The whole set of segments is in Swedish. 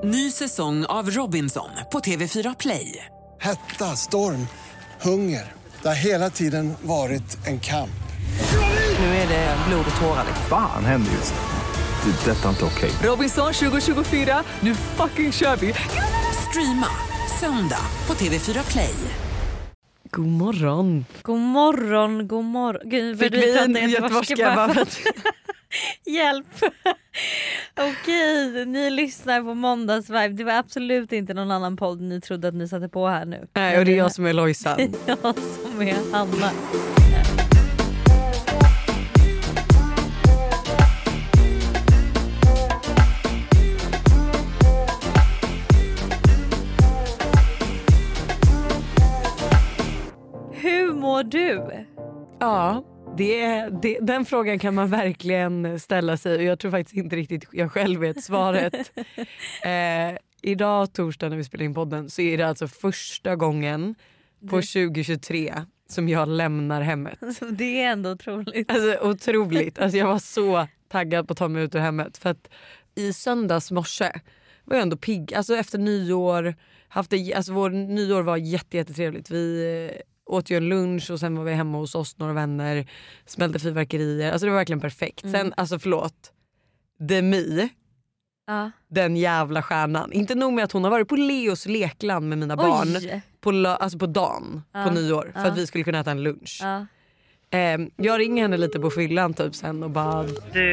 Ny säsong av Robinson på TV4 Play. Hetta, storm, hunger. Det har hela tiden varit en kamp. Nu är det blod och tårar. Fan händer just nu. Det. Detta är inte okej. Robinson 2024, nu fucking kör vi. Streama söndag på TV4 Play. God morgon. God morgon, god morgon. Gud, Fick vi en göteborgska? Hjälp. Okej, ni lyssnar på Måndagsvibe. Det var absolut inte någon annan podd ni trodde att ni satte på här nu. Nej, och det är jag som är Lojsan. Jag som är Hanna. Hur mår du? Ja, den frågan kan man verkligen ställa sig. Och jag tror faktiskt inte riktigt jag själv vet svaret. Idag, torsdag, när vi spelar in podden, så är det alltså första gången på 2023 som jag lämnar hemmet. Det är ändå otroligt. Alltså otroligt. Alltså, jag var så taggad på att ta mig ut ur hemmet. För att i söndags morse var jag ändå pigg. Alltså efter nyår. Vår nyår var jättetrevligt. Vi åt ju en lunch och sen var vi hemma hos oss, några vänner. Smällde fyrverkerier. Alltså det var verkligen perfekt. Sen, alltså förlåt. Demi. Den jävla stjärnan. Inte nog med att hon har varit på Leos lekland med mina barn på dagen på nyår för att vi skulle kunna äta en lunch. Jag ringer henne lite på fyllan typ sen och bara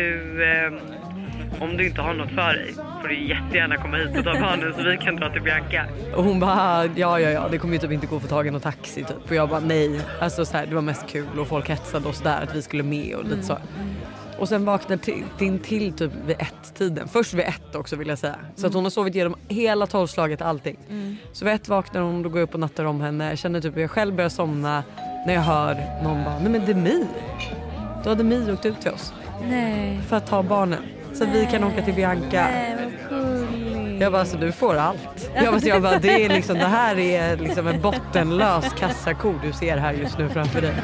om du inte har något för dig får du jättegärna komma hit och ta barnen så vi kan dra till Bianca. Och hon bara ja det kommer ju typ inte gå att få tag i någon taxi typ. Och jag bara nej, alltså så här, det var mest kul och folk hetsade oss där att vi skulle med och lite så. Och sen vaknade till typ vid 1-tiden. Först vid 1 också vill jag säga. Så att hon har sovit igenom hela 12-slaget, allting. Så vid 1 vaknar hon, då går jag upp och nattar om henne. Jag känner typ att jag själv börjar somna när jag hör någon bara, nej men Demi. Då har Demi åkt ut till oss. Nej. För att ta barnen. Så att vi kan åka till Bianca. Nej, vad gulligt. Jag bara, så du får allt. Jag bara, det är liksom, det här är liksom en bottenlös kassako du ser här just nu framför dig.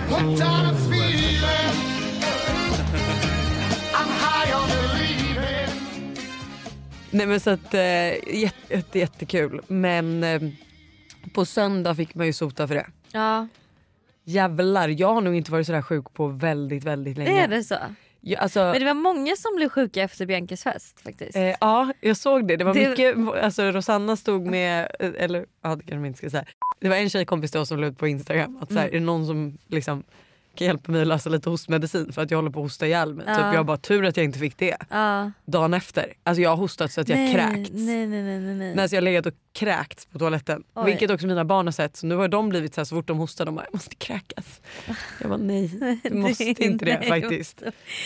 Nej men så att jättekul. Men på söndag fick man ju sota för det. Ja. Jävlar, jag har nog inte varit så där sjuk på väldigt länge. Är det så? Ja, alltså, men det var många som blev sjuka efter Biancas fest faktiskt. Ja, jag såg det. Det var mycket, alltså Rosanna stod med, eller ja, det kan man inte ska säga. Det var en tjejkompis då som la ut på Instagram att så här, är det någon som liksom kan hjälpa mig att lösa lite hostmedicin för att jag håller på att hosta ihjäl mig. Typ jag bara tur att jag inte fick det. Dagen efter. Alltså jag har hostat så att jag kräkts. Nej. När jag har legat och kräkts på toaletten. Oj. Vilket också mina barn har sett. Så nu har de blivit så fort de hostar. De bara, jag måste kräkas. Jag bara nej, du måste inte det faktiskt.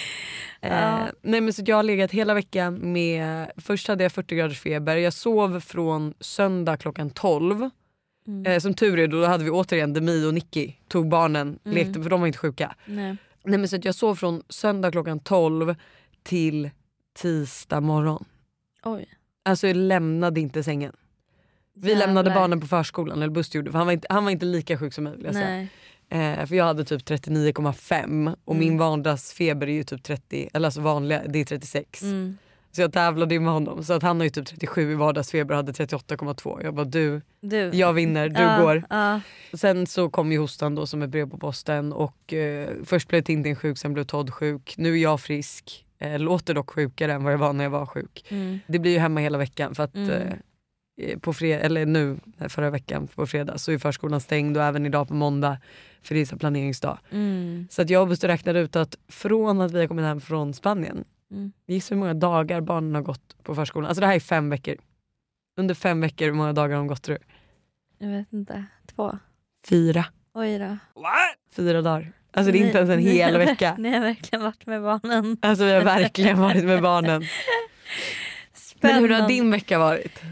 Nej men så jag har legat hela veckan med, först hade jag 40 graders feber. Jag sov från söndag klockan 12. Som tur är då hade vi återigen Demi och Nicky tog barnen, lekte för de var inte sjuka. Nej men så att jag sov från söndag klockan 12 till tisdag morgon. Oj. Alltså jag lämnade inte sängen. Vi lämnade barnen på förskolan eller bussgjorde, för han var inte lika sjuk som mig vill jag säga. För jag hade typ 39,5 och min vardagsfeber är ju typ 30, eller alltså vanliga, det är 36. Så jag tävlade ju med honom. Så att han har ju typ 37 i vardagsfeber och hade 38,2. Jag bara du, jag vinner, du går. Sen så kom ju hostan då som ett brev på posten. Och först blev Tintin sjuk, sen blev Todd sjuk. Nu är jag frisk. Låter dock sjukare än vad jag var när jag var sjuk. Det blir ju hemma hela veckan för att på fredag, eller nu förra veckan på fredag så är förskolan stängd och även idag på måndag för det är så planeringsdag. Så att jag måste räkna ut att från att vi har kommit hem från Spanien gissa hur många dagar barnen har gått på förskolan. Alltså det här är 5 veckor. Under 5 veckor, hur många dagar har de gått tror du? Jag vet inte. 2. 4. Oj då. What? 4 dagar. Alltså det är inte ens en hel vecka. Ni har verkligen varit med barnen. Alltså vi har verkligen varit med barnen. Spännande. Men hur har din vecka varit?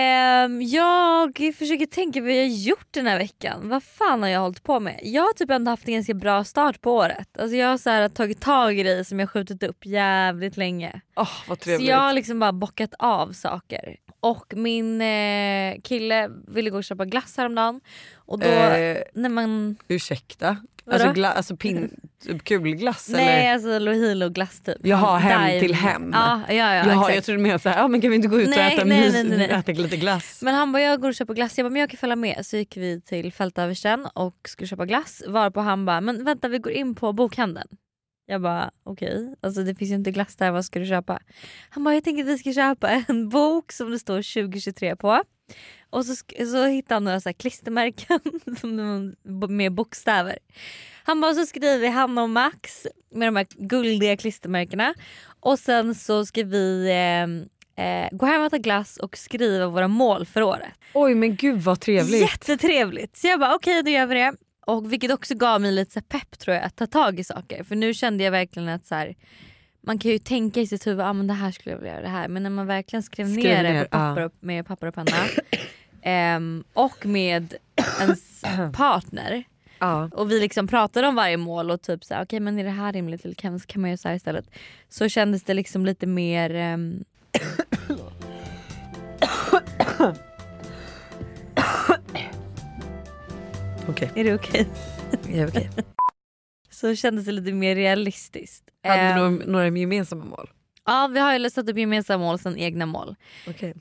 Jag försöker tänka vad jag har gjort den här veckan. Vad fan har jag hållit på med? Jag har typ ändå haft en ganska bra start på året. Alltså jag har så här tagit tag i det som jag skjutit upp jävligt länge. Vad trevligt. Så jag har liksom bara bockat av saker. Och min kille ville gå och köpa glass häromdagen. Och då när man... Ursäkta, Alltså kulglass eller? Nej, alltså Lohilo glass typ. Jaha, hem till hem. Ja, Jaha, jag trodde mer såhär, ja men kan vi inte gå ut och äta lite glass? Men han bara, jag går och köper glass. Jag bara, men jag kan följa med. Så gick vi till Fältöversten och skulle köpa glass. Varpå han bara, men vänta, vi går in på bokhandeln. Jag bara, okej. Alltså det finns ju inte glass där, vad ska du köpa? Han bara, jag tänker att vi ska köpa en bok som det står 2023 på. Och så hittade han några så här klistermärken med bokstäver. Han bara, så skriver han och Max med de här guldiga klistermärkena. Och sen så ska vi gå hem och ta glass och skriva våra mål för året. Oj, men gud vad trevligt. Jättetrevligt. Så jag bara, okej, då gör vi det. Och vilket också gav mig lite så pepp, tror jag, att ta tag i saker. För nu kände jag verkligen att så här, man kan ju tänka i sitt huvud, men det här skulle jag vilja göra, det här. Men när man verkligen skrev ner det på med papper och penna och med ens partner. Och vi liksom pratade om varje mål och typ så här, okej, men är det här rimligt eller kan man göra så här istället? Så kändes det liksom lite mer Okej. Är det okej? Jag är okej. Så kändes det lite mer realistiskt. Hade du några gemensamma mål? Ja, vi har ju satt upp gemensamma mål och sen egna mål. Okay.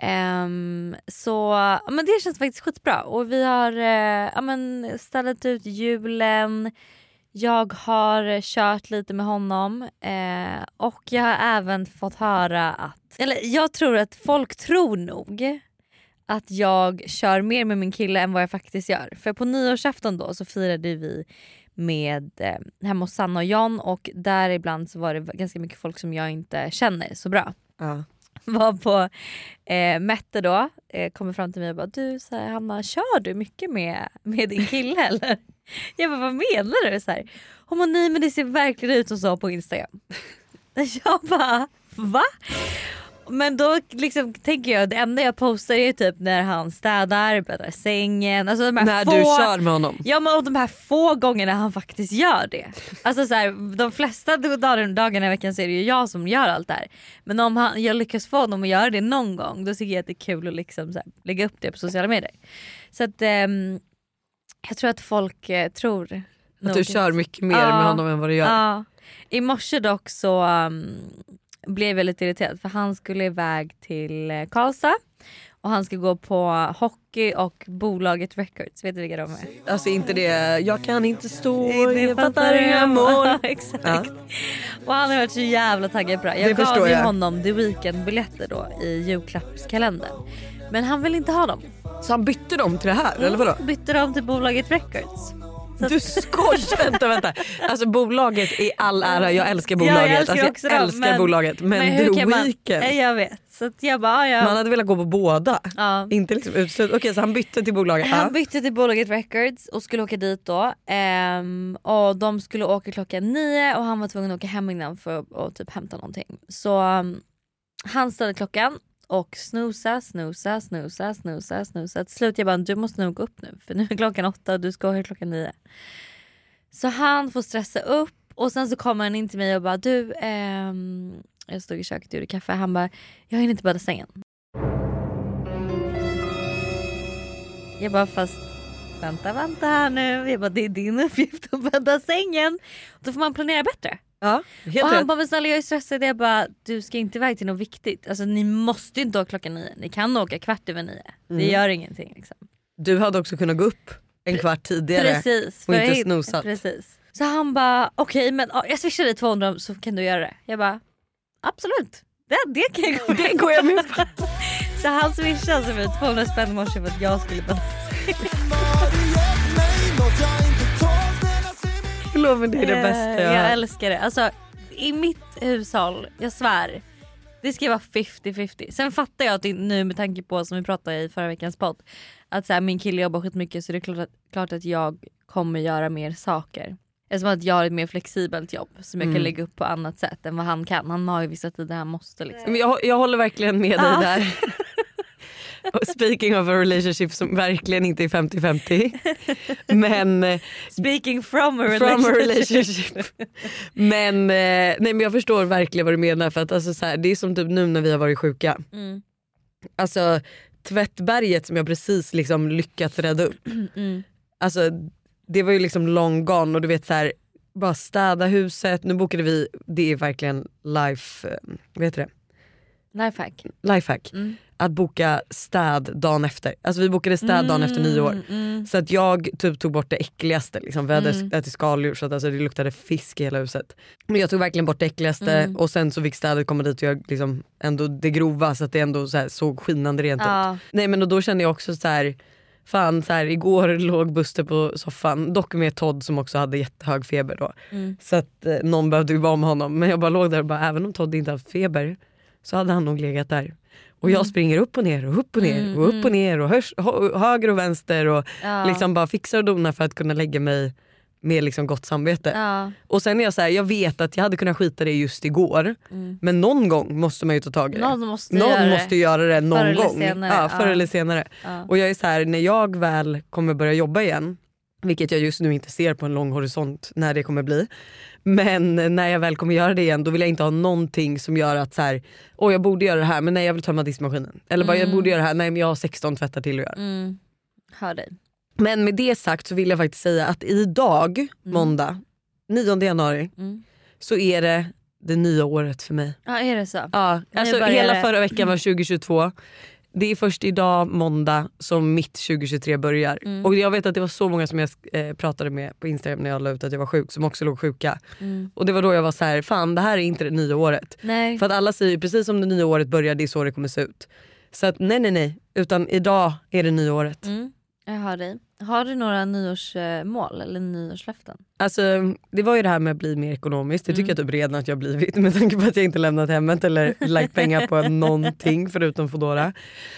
Så men det känns faktiskt skitbra. Och vi har ställt ut julen. Jag har kört lite med honom. Och jag har även fått höra att... Eller jag tror att folk tror nog att jag kör mer med min kille än vad jag faktiskt gör. För på nyårsafton då så firade vi med hemma hos Sanna och John. Och där ibland så var det ganska mycket folk som jag inte känner så bra. Var på Mette då, kommer fram till mig och bara, du, så här, Hanna, kör du mycket med din kille eller? Jag bara, vad menar du? Så här, hon bara, nej, men det ser verkligen ut som så på Instagram. Jag bara, va? Men då liksom tänker jag, det enda jag postar är typ när han städar, bäddar sängen, alltså de här när du kör med honom. Ja, men och de här få gångerna han faktiskt gör det. Alltså så här, de flesta dagarna i veckan så är det ju jag som gör allt det här. Men om jag lyckas få honom att göra det någon gång, då tycker jag att det är kul att liksom så här, lägga upp det på sociala medier. Så att jag tror att folk tror att du kör mycket mer med honom än vad du gör. Ja. I morse dock så blev jag väldigt irriterad för han skulle iväg till Karlstad och han ska gå på hockey och bolaget Records. Vet du vilka de är? Alltså inte det, jag kan inte stå, jag fattar inga mål. Exakt. Ja. Och han har varit så jävla taggad på det. Jag gav ju honom The Weeknd-biljetter då i julklappskalendern. Men han vill inte ha dem. Så han bytte dem till det här, eller vadå? Bytte dem till bolaget Records. Du skojar, vänta. Alltså bolaget är all ära, jag älskar bolaget. Jag älskar bolaget, men The Weeknd. Jag vet. Så att jag bara, man hade velat gå på båda. Inte liksom utslut. Okej, så han bytte till bolaget. Han bytte till bolaget Records och skulle åka dit då. Och de skulle åka klockan 9 och han var tvungen att åka hem innan för att typ hämta någonting. Så han ställde klockan och snusa. Till slut jag bara, du måste nog gå upp nu. För nu är klockan 8 och du ska åka klockan 9. Så han får stressa upp. Och sen så kommer han in till mig och bara, du, jag stod i köket och gjorde kaffe. Han bara, jag hinner inte bädda sängen. Jag bara, fast vänta här nu. Jag bara, det är din uppgift att bädda sängen. Då får man planera bättre. Ja, och han bara, men snälla, jag är stressad. Jag bara, du ska inte iväg till något viktigt. Alltså ni måste inte åka klockan 9. Ni kan åka 9:15. Det gör ingenting liksom. Du hade också kunnat gå upp en kvart tidigare. Precis, och inte snosat. Precis. Så han bara, okej, men jag swishar dig 200 så kan du göra det. Jag bara, absolut. Det kan jag gå med. Det går jag med på. Så han swishade så för 200 spänn i morse för att jag skulle bädda. Men det är det bästa jag älskar det. Alltså i mitt hushåll, jag svär, det ska vara 50-50. Sen fattar jag att nu med tanke på som vi pratade i förra veckans podd, att så här, min kille jobbar skitmycket så det är klart att jag kommer göra mer saker. Eftersom att jag har ett mer flexibelt jobb som jag kan lägga upp på annat sätt än vad han kan. Han har ju vissa tider han måste liksom. Jag håller verkligen med dig där. Speaking of a relationship som verkligen inte är 50-50. Men speaking from a relationship. Men nej, men jag förstår verkligen vad du menar, för att alltså, så här, det är som typ nu när vi har varit sjuka. Alltså tvättberget som jag precis liksom lyckats rädda upp. Alltså det var ju liksom long gone och du vet så här, bara städa huset. Nu bokade vi, det är verkligen life, vad heter det? Lifehack. Att boka städ dagen efter. Alltså vi bokade städ dagen efter nyår. Så att jag typ tog bort det äckligaste. Liksom. Vi hade ätit skaldjur så att alltså, det luktade fisk i hela huset. Men jag tog verkligen bort det äckligaste. Och sen så fick städet komma dit och jag liksom ändå det grova så att det ändå så här, såg skinande rent ut. Nej men och då kände jag också så här. Fan så här, igår låg Buster på soffan. Dock med Todd som också hade jättehög feber då. Så att någon behövde ju vara med honom. Men jag bara låg där och bara, även om Todd inte haft feber så hade han nog legat där. Och jag springer upp och ner och upp och ner och upp och ner och höger och vänster och liksom bara fixar och donar för att kunna lägga mig med liksom gott samvete. Och sen är jag så här, jag vet att jag hade kunnat skita det just igår. Men någon gång måste man ju ta tag i det. Någon måste göra det någon gång. Förr eller senare. Och jag är så här, när jag väl kommer börja jobba igen, vilket jag just nu inte ser på en lång horisont när det kommer bli. Men när jag väl kommer göra det igen, då vill jag inte ha någonting som gör att så här, jag borde göra det här men nej jag vill tömma diskmaskinen. Eller bara jag borde göra det här, nej men jag har 16 tvättar till att göra. Hör dig. Men med det sagt så vill jag faktiskt säga att idag, måndag, 9 januari, så är det nya året för mig. Ja, är det så? Ja, alltså hela förra veckan var 2022. Det är först idag, måndag, som mitt 2023 börjar. Och jag vet att det var så många som jag pratade med på Instagram när jag la ut att jag var sjuk, som också låg sjuka. Och det var då jag var så här, fan det här är inte det nya året. Nej. För att alla säger precis som det nya året börjar, det är så det kommer se ut. Så att nej, utan idag är det nya året. Jag hör dig. Har du några nyårsmål eller nyårslöften? Alltså det var ju det här med att bli mer ekonomiskt. Det tycker jag typ redan att jag blivit, med tanke på att jag inte lämnat hemmet eller lagt pengar på någonting förutom Foodora.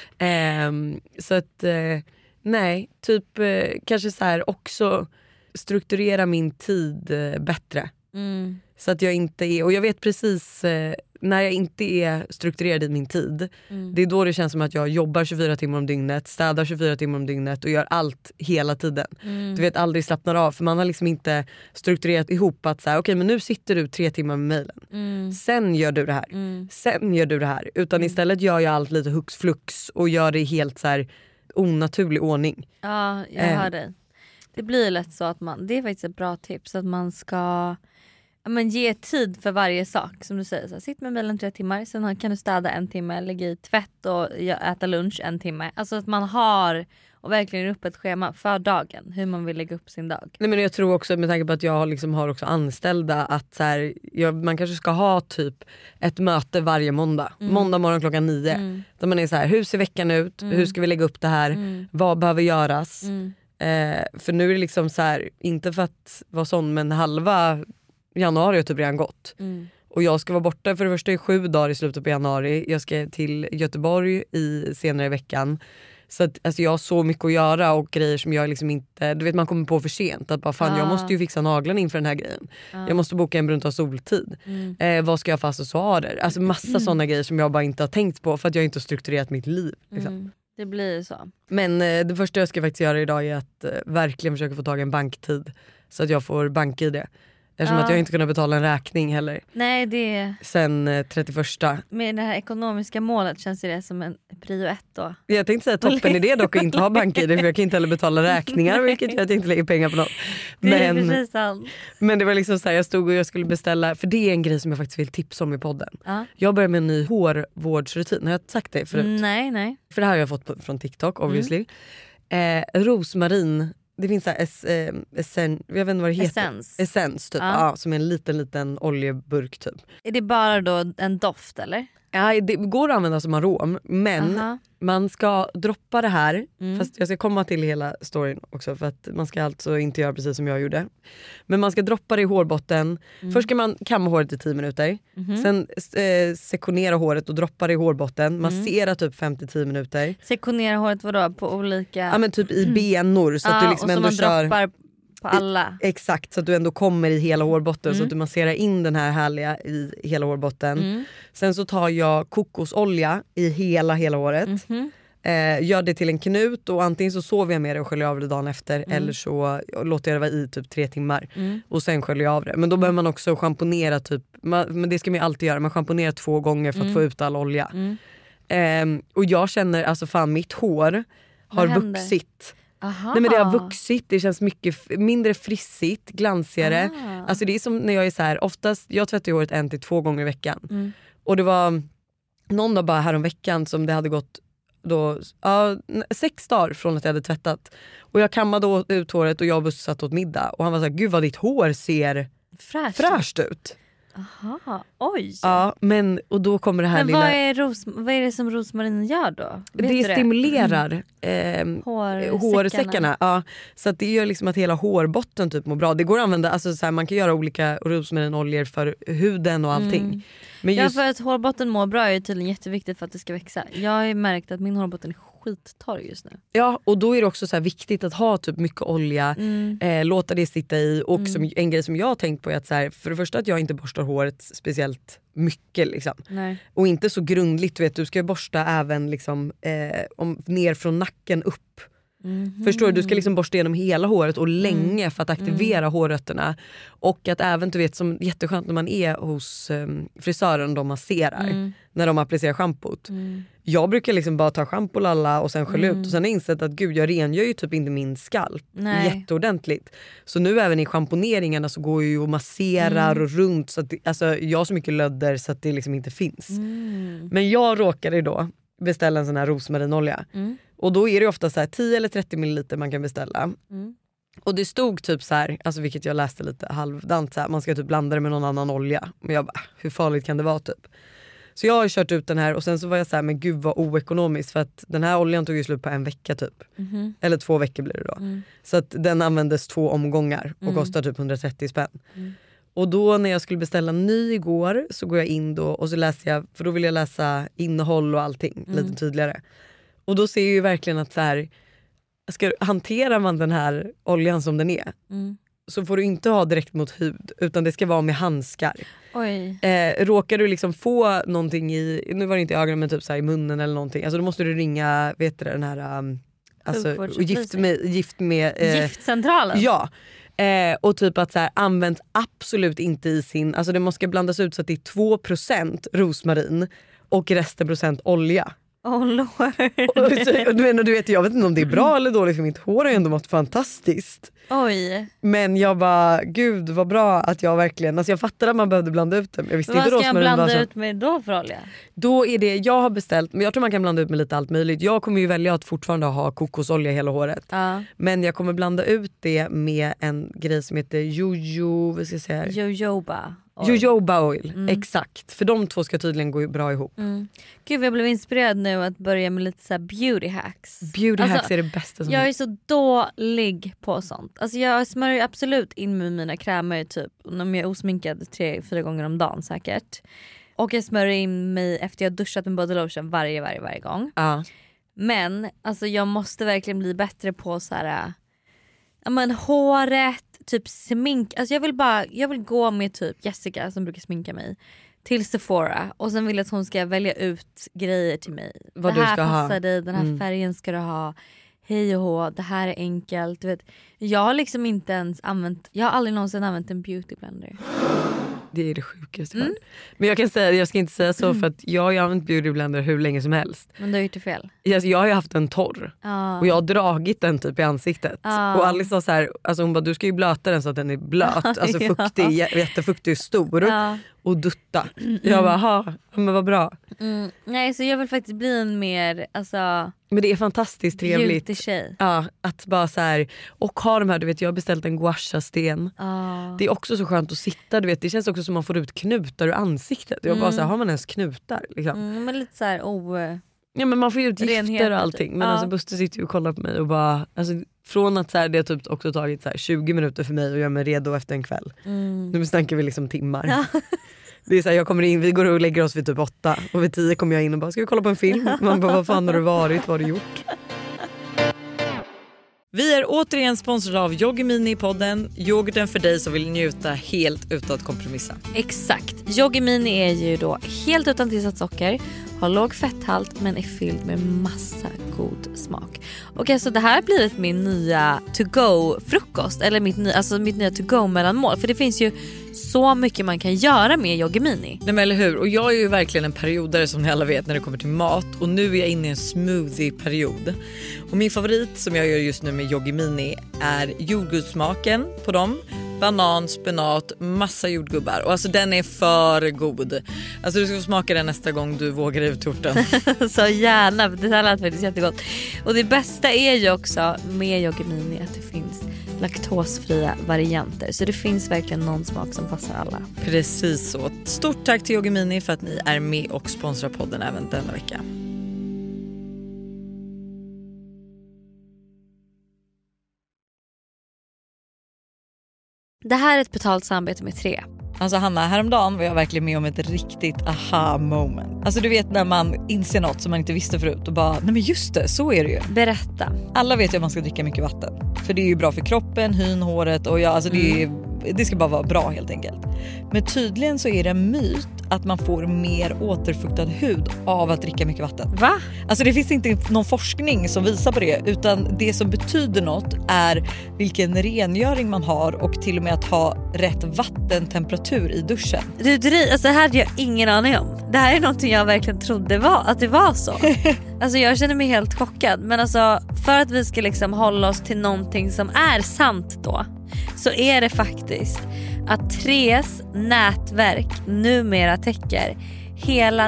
Så att nej, typ kanske så här också strukturera min tid bättre. Så att jag inte är, och jag vet precis när jag inte är strukturerad i min tid, det är då det känns som att jag jobbar 24 timmar om dygnet, städar 24 timmar om dygnet och gör allt hela tiden. Du vet, aldrig slappnar av, för man har liksom inte strukturerat ihop att så här, okej, men nu sitter du 3 timmar med mejlen. Sen gör du det här. Sen gör du det här. Utan istället gör jag allt lite hux flux och gör det helt så här onaturlig ordning. Ja, jag hör dig. Det blir lätt så att det är faktiskt ett bra tips att man ska ge tid för varje sak. Som du säger, så sitt med mejlen 3 timmar. Sen kan du städa 1 timme, lägga i tvätt och äta lunch 1 timme. Alltså att man har och verkligen upp ett schema för dagen. Hur man vill lägga upp sin dag. Nej, men jag tror också, med tanke på att jag liksom har också anställda, att så här, man kanske ska ha typ ett möte varje måndag. Måndag morgon klockan 9. Där man är så här, hur ser veckan ut? Hur ska vi lägga upp det här? Vad behöver göras? För nu är det liksom så här, inte för att vara sån, men halva januari har typ redan gått. Och jag ska vara borta för det första i 7 dagar i slutet på januari. Jag ska till Göteborg senare i veckan. Så att, alltså jag har så mycket att göra och grejer som jag liksom inte, du vet, man kommer på för sent. Att bara fan, jag måste ju fixa naglarna inför den här grejen. Jag måste boka en brunta soltid. Vad ska jag ha fast accessoarer? Alltså massa sådana grejer som jag bara inte har tänkt på för att jag inte har strukturerat mitt liv. Liksom. Det blir så. Men det första jag ska faktiskt göra idag är att verkligen försöka få tag i en banktid. Så att jag får bank-id. Eftersom att jag inte kunde betala en räkning heller. Nej, det... Sen 31. Med det här ekonomiska målet känns det som en prio 1 då. Jag tänkte säga toppen idé dock att inte ha bank-id, för jag kan inte heller betala räkningar, vilket gör att jag inte lägger pengar på något. Men det var liksom så här, jag stod och jag skulle beställa, för det är en grej som jag faktiskt vill tipsa om i podden. Jag börjar med en ny hårvårdsrutin. Har jag sagt det förut? Nej. För det här har jag fått från TikTok obviously. Rosmarin. Det finns jag vet inte vad det heter. Essens typ. Ja, som en liten oljeburk typ. Är det bara då en doft eller? Ja, det går att använda som arom, men man ska droppa det här. Fast jag ska komma till hela storyn också, för att man ska alltså inte göra precis som jag gjorde. Men man ska droppa det i hårbotten. Först ska man kamma håret i 10 minuter. Sen sektionera håret och droppa det i hårbotten. Massera typ 5-10 minuter. Sektionera håret vadå? På olika... Ja, men typ i benor. Så att du liksom ändå kör... På alla. Exakt, så att du ändå kommer i hela hårbotten. Så att du masserar in den här härliga i hela hårbotten. Sen så tar jag kokosolja i hela håret. Gör det till en knut, och antingen så sover jag med det och sköljer av det dagen efter. Eller så låter jag det vara i typ 3 timmar. Och sen sköljer jag av det. Men då behöver man också schamponera typ, men det ska man ju alltid göra. Man schamponerar 2 gånger för att få ut all olja. Och jag känner, alltså fan, mitt hår har vuxit Aha. Nej men det har vuxit, det känns mycket mindre frissigt, glansigare. Alltså det är som när jag är så här, oftast, jag tvättar håret 1 till 2 gånger i veckan. Och det var någon dag bara här om veckan som det hade gått då, 6 dagar från att jag hade tvättat. Och jag kammade ut håret och jag och Buster satt åt middag. Och han var så här, gud vad ditt hår ser fräscht ut. Aha, oj. Ja, men och då kommer det här men vad är det som rosmarin gör då? Vet det du stimulerar hårsäckarna. Ja, så att det gör liksom att hela hårbotten typ mår bra. Det går att använda, alltså så här, man kan göra olika rosmarinoljor för huden och allting. Men ja, för att hårbotten mår bra är tydligen jätteviktigt för att det ska växa. Jag har märkt att min hårbotten är skittorr just nu. Ja, och då är det också så här viktigt att ha typ mycket olja, låta det sitta i. Och som, en grej som jag har tänkt på är att så här, för det första att jag inte borstar håret speciellt mycket liksom. Nej. Och inte så grundligt, du ska ju borsta även liksom, ner från nacken upp. Förstår du ska liksom borsta igenom hela håret och länge för att aktivera hårrötterna. Och att även du vet som jätteskönt när man är hos frisören och de masserar när de applicerar schampot. Jag brukar liksom bara ta schampo lalla och sen skölja ut och sen har jag insett att gud jag rengör ju typ inte min skalp jätteordentligt. Så nu även i schamponeringarna så går jag ju och masserar och runt så att alltså, jag har så mycket lödder så att det liksom inte finns. Men jag råkade då beställa en sån här rosmarinolja. Och då är det ofta så här 10 eller 30 milliliter man kan beställa. Och det stod typ så här, alltså vilket jag läste lite halvdant så här, man ska typ blanda det med någon annan olja. Men jag bara, hur farligt kan det vara typ? Så jag har kört ut den här och sen så var jag så här, men gud vad oekonomiskt för att den här oljan tog ju slut på 1 vecka typ. Eller 2 veckor blir det då. Så att den användes 2 omgångar och kostar typ 130 spänn. Och då när jag skulle beställa ny igår så går jag in då och så läser jag, för då vill jag läsa innehåll och allting lite tydligare. Och då ser jag ju verkligen att så här, hanterar man den här oljan som den är så får du inte ha direkt mot hud utan det ska vara med handskar. Oj. Råkar du liksom få någonting i, nu var det inte i ögonen men typ så här i munnen eller någonting, alltså då måste du ringa, vet du den här alltså, giftcentralen. Ja. Och typ att så här, används absolut inte i sin, alltså det måste blandas ut så att det är 2% rosmarin och resten procent olja. Du vet, jag vet inte om det är bra eller dåligt för mitt hår har ju ändå mått fantastiskt. Oj. Men jag bara, gud vad bra att jag verkligen, alltså jag fattar att man behövde blanda ut det. Jag visste vad inte ska jag blanda ut med då för olja? Då är det, jag har beställt, men jag tror man kan blanda ut med lite allt möjligt. Jag kommer ju välja att fortfarande ha kokosolja i hela håret. Men jag kommer blanda ut det med en grej som heter jojoba oil. Exakt. För de två ska tydligen gå bra ihop. Gud jag blev inspirerad nu att börja med lite så här beauty hacks. Beauty hacks är det bästa som jag är så dålig på sånt. Alltså jag smörjer absolut in med mina krämer typ om jag är osminkad 3-4 gånger om dagen säkert. Och jag smörjer in mig efter jag duschat med body lotion varje gång. Men alltså jag måste verkligen bli bättre på så här, men håret, typ smink. Alltså jag vill gå med typ Jessica som brukar sminka mig till Sephora och sen vill jag att hon ska välja ut grejer till mig. Vad det här du ska passar ha. dig, den här färgen ska du ha. Hej och hå, det här är enkelt. Du vet, jag har liksom inte ens jag har aldrig någonsin använt en beauty blender. Det är det sjukaste. Men jag kan säga, jag ska inte säga så för att jag har använt beauty blender hur länge som helst. Men du har gjort det fel. Jag har ju haft en torr och jag har dragit den typ i ansiktet. Och Alice sa så här, alltså hon bara du ska ju blöta den så att den är blöt. Alltså fuktig, jättefuktig och stor. Och dutta. Jag bara, men vad bra. Nej så jag vill faktiskt bli en mer men det är fantastiskt trevligt. Tjej. Ja, att bara så här, och ha de här, du vet jag har beställt en gouache-sten. Det är också så skönt att sitta, du vet det känns också som man får ut knutar ur ansiktet. Jag bara så här, har man ens knutar liksom? Men lite så här ja men man får ju ut gifter och allting. Men alltså Buster sitter ju och kollar på mig och bara, alltså från att så här, det har typ också tagit så här 20 minuter för mig och göra mig redo efter en kväll. Nu snackar vi liksom timmar. Det är så här, jag kommer in, vi går och lägger oss vid typ 8 och vid 10 kommer jag in och bara, ska vi kolla på en film? Man bara, vad fan har du varit? Vad har du gjort? Vi är återigen sponsrade av Yoggi Mini i podden. Yoghurten för dig som vill njuta helt utan att kompromissa. Exakt. Yoggi Mini är ju då helt utan tillsatt socker, har låg fetthalt men är fylld med massa god smak. Och alltså det här har blivit min nya to-go frukost eller mitt nya to-go mellanmål. För det finns ju så mycket man kan göra med Yoggi Mini. Nej, men eller hur? Och jag är ju verkligen en periodare som ni alla vet när det kommer till mat. Och nu är jag inne i en smoothie-period. Och min favorit som jag gör just nu med Yoggi Mini är jordgubbssmaken på dem. Banan, spenat, massa jordgubbar. Och alltså den är för god. Alltså du ska smaka den nästa gång du vågar ut torten. Så gärna, för det här lät faktiskt jättegott. Och det bästa är ju också med Yoggi Mini att det finns laktosfria varianter. Så det finns verkligen någon smak som passar alla. Precis så. Stort tack till Yoggi Mini för att ni är med och sponsrar podden även denna vecka. Det här är ett betalt samarbete med 3. Alltså Hanna, häromdagen var jag verkligen med om ett riktigt aha moment. Alltså du vet när man inser något som man inte visste förut och bara, nej men just det, så är det ju. Berätta. Alla vet ju att man ska dricka mycket vatten. För det är ju bra för kroppen, hyn, håret och alltså det ska bara vara bra helt enkelt. Men tydligen så är det en myt att man får mer återfuktad hud av att dricka mycket vatten. Va? Alltså det finns inte någon forskning som visar på det, utan det som betyder något är vilken rengöring man har och till och med att ha rätt vattentemperatur i duschen. Alltså det här hade jag ingen aning om. Det här är någonting jag verkligen trodde att det var så. Alltså jag känner mig helt chockad. Men alltså för att vi ska liksom hålla oss till någonting som är sant då, så är det faktiskt att 3s nätverk numera täcker hela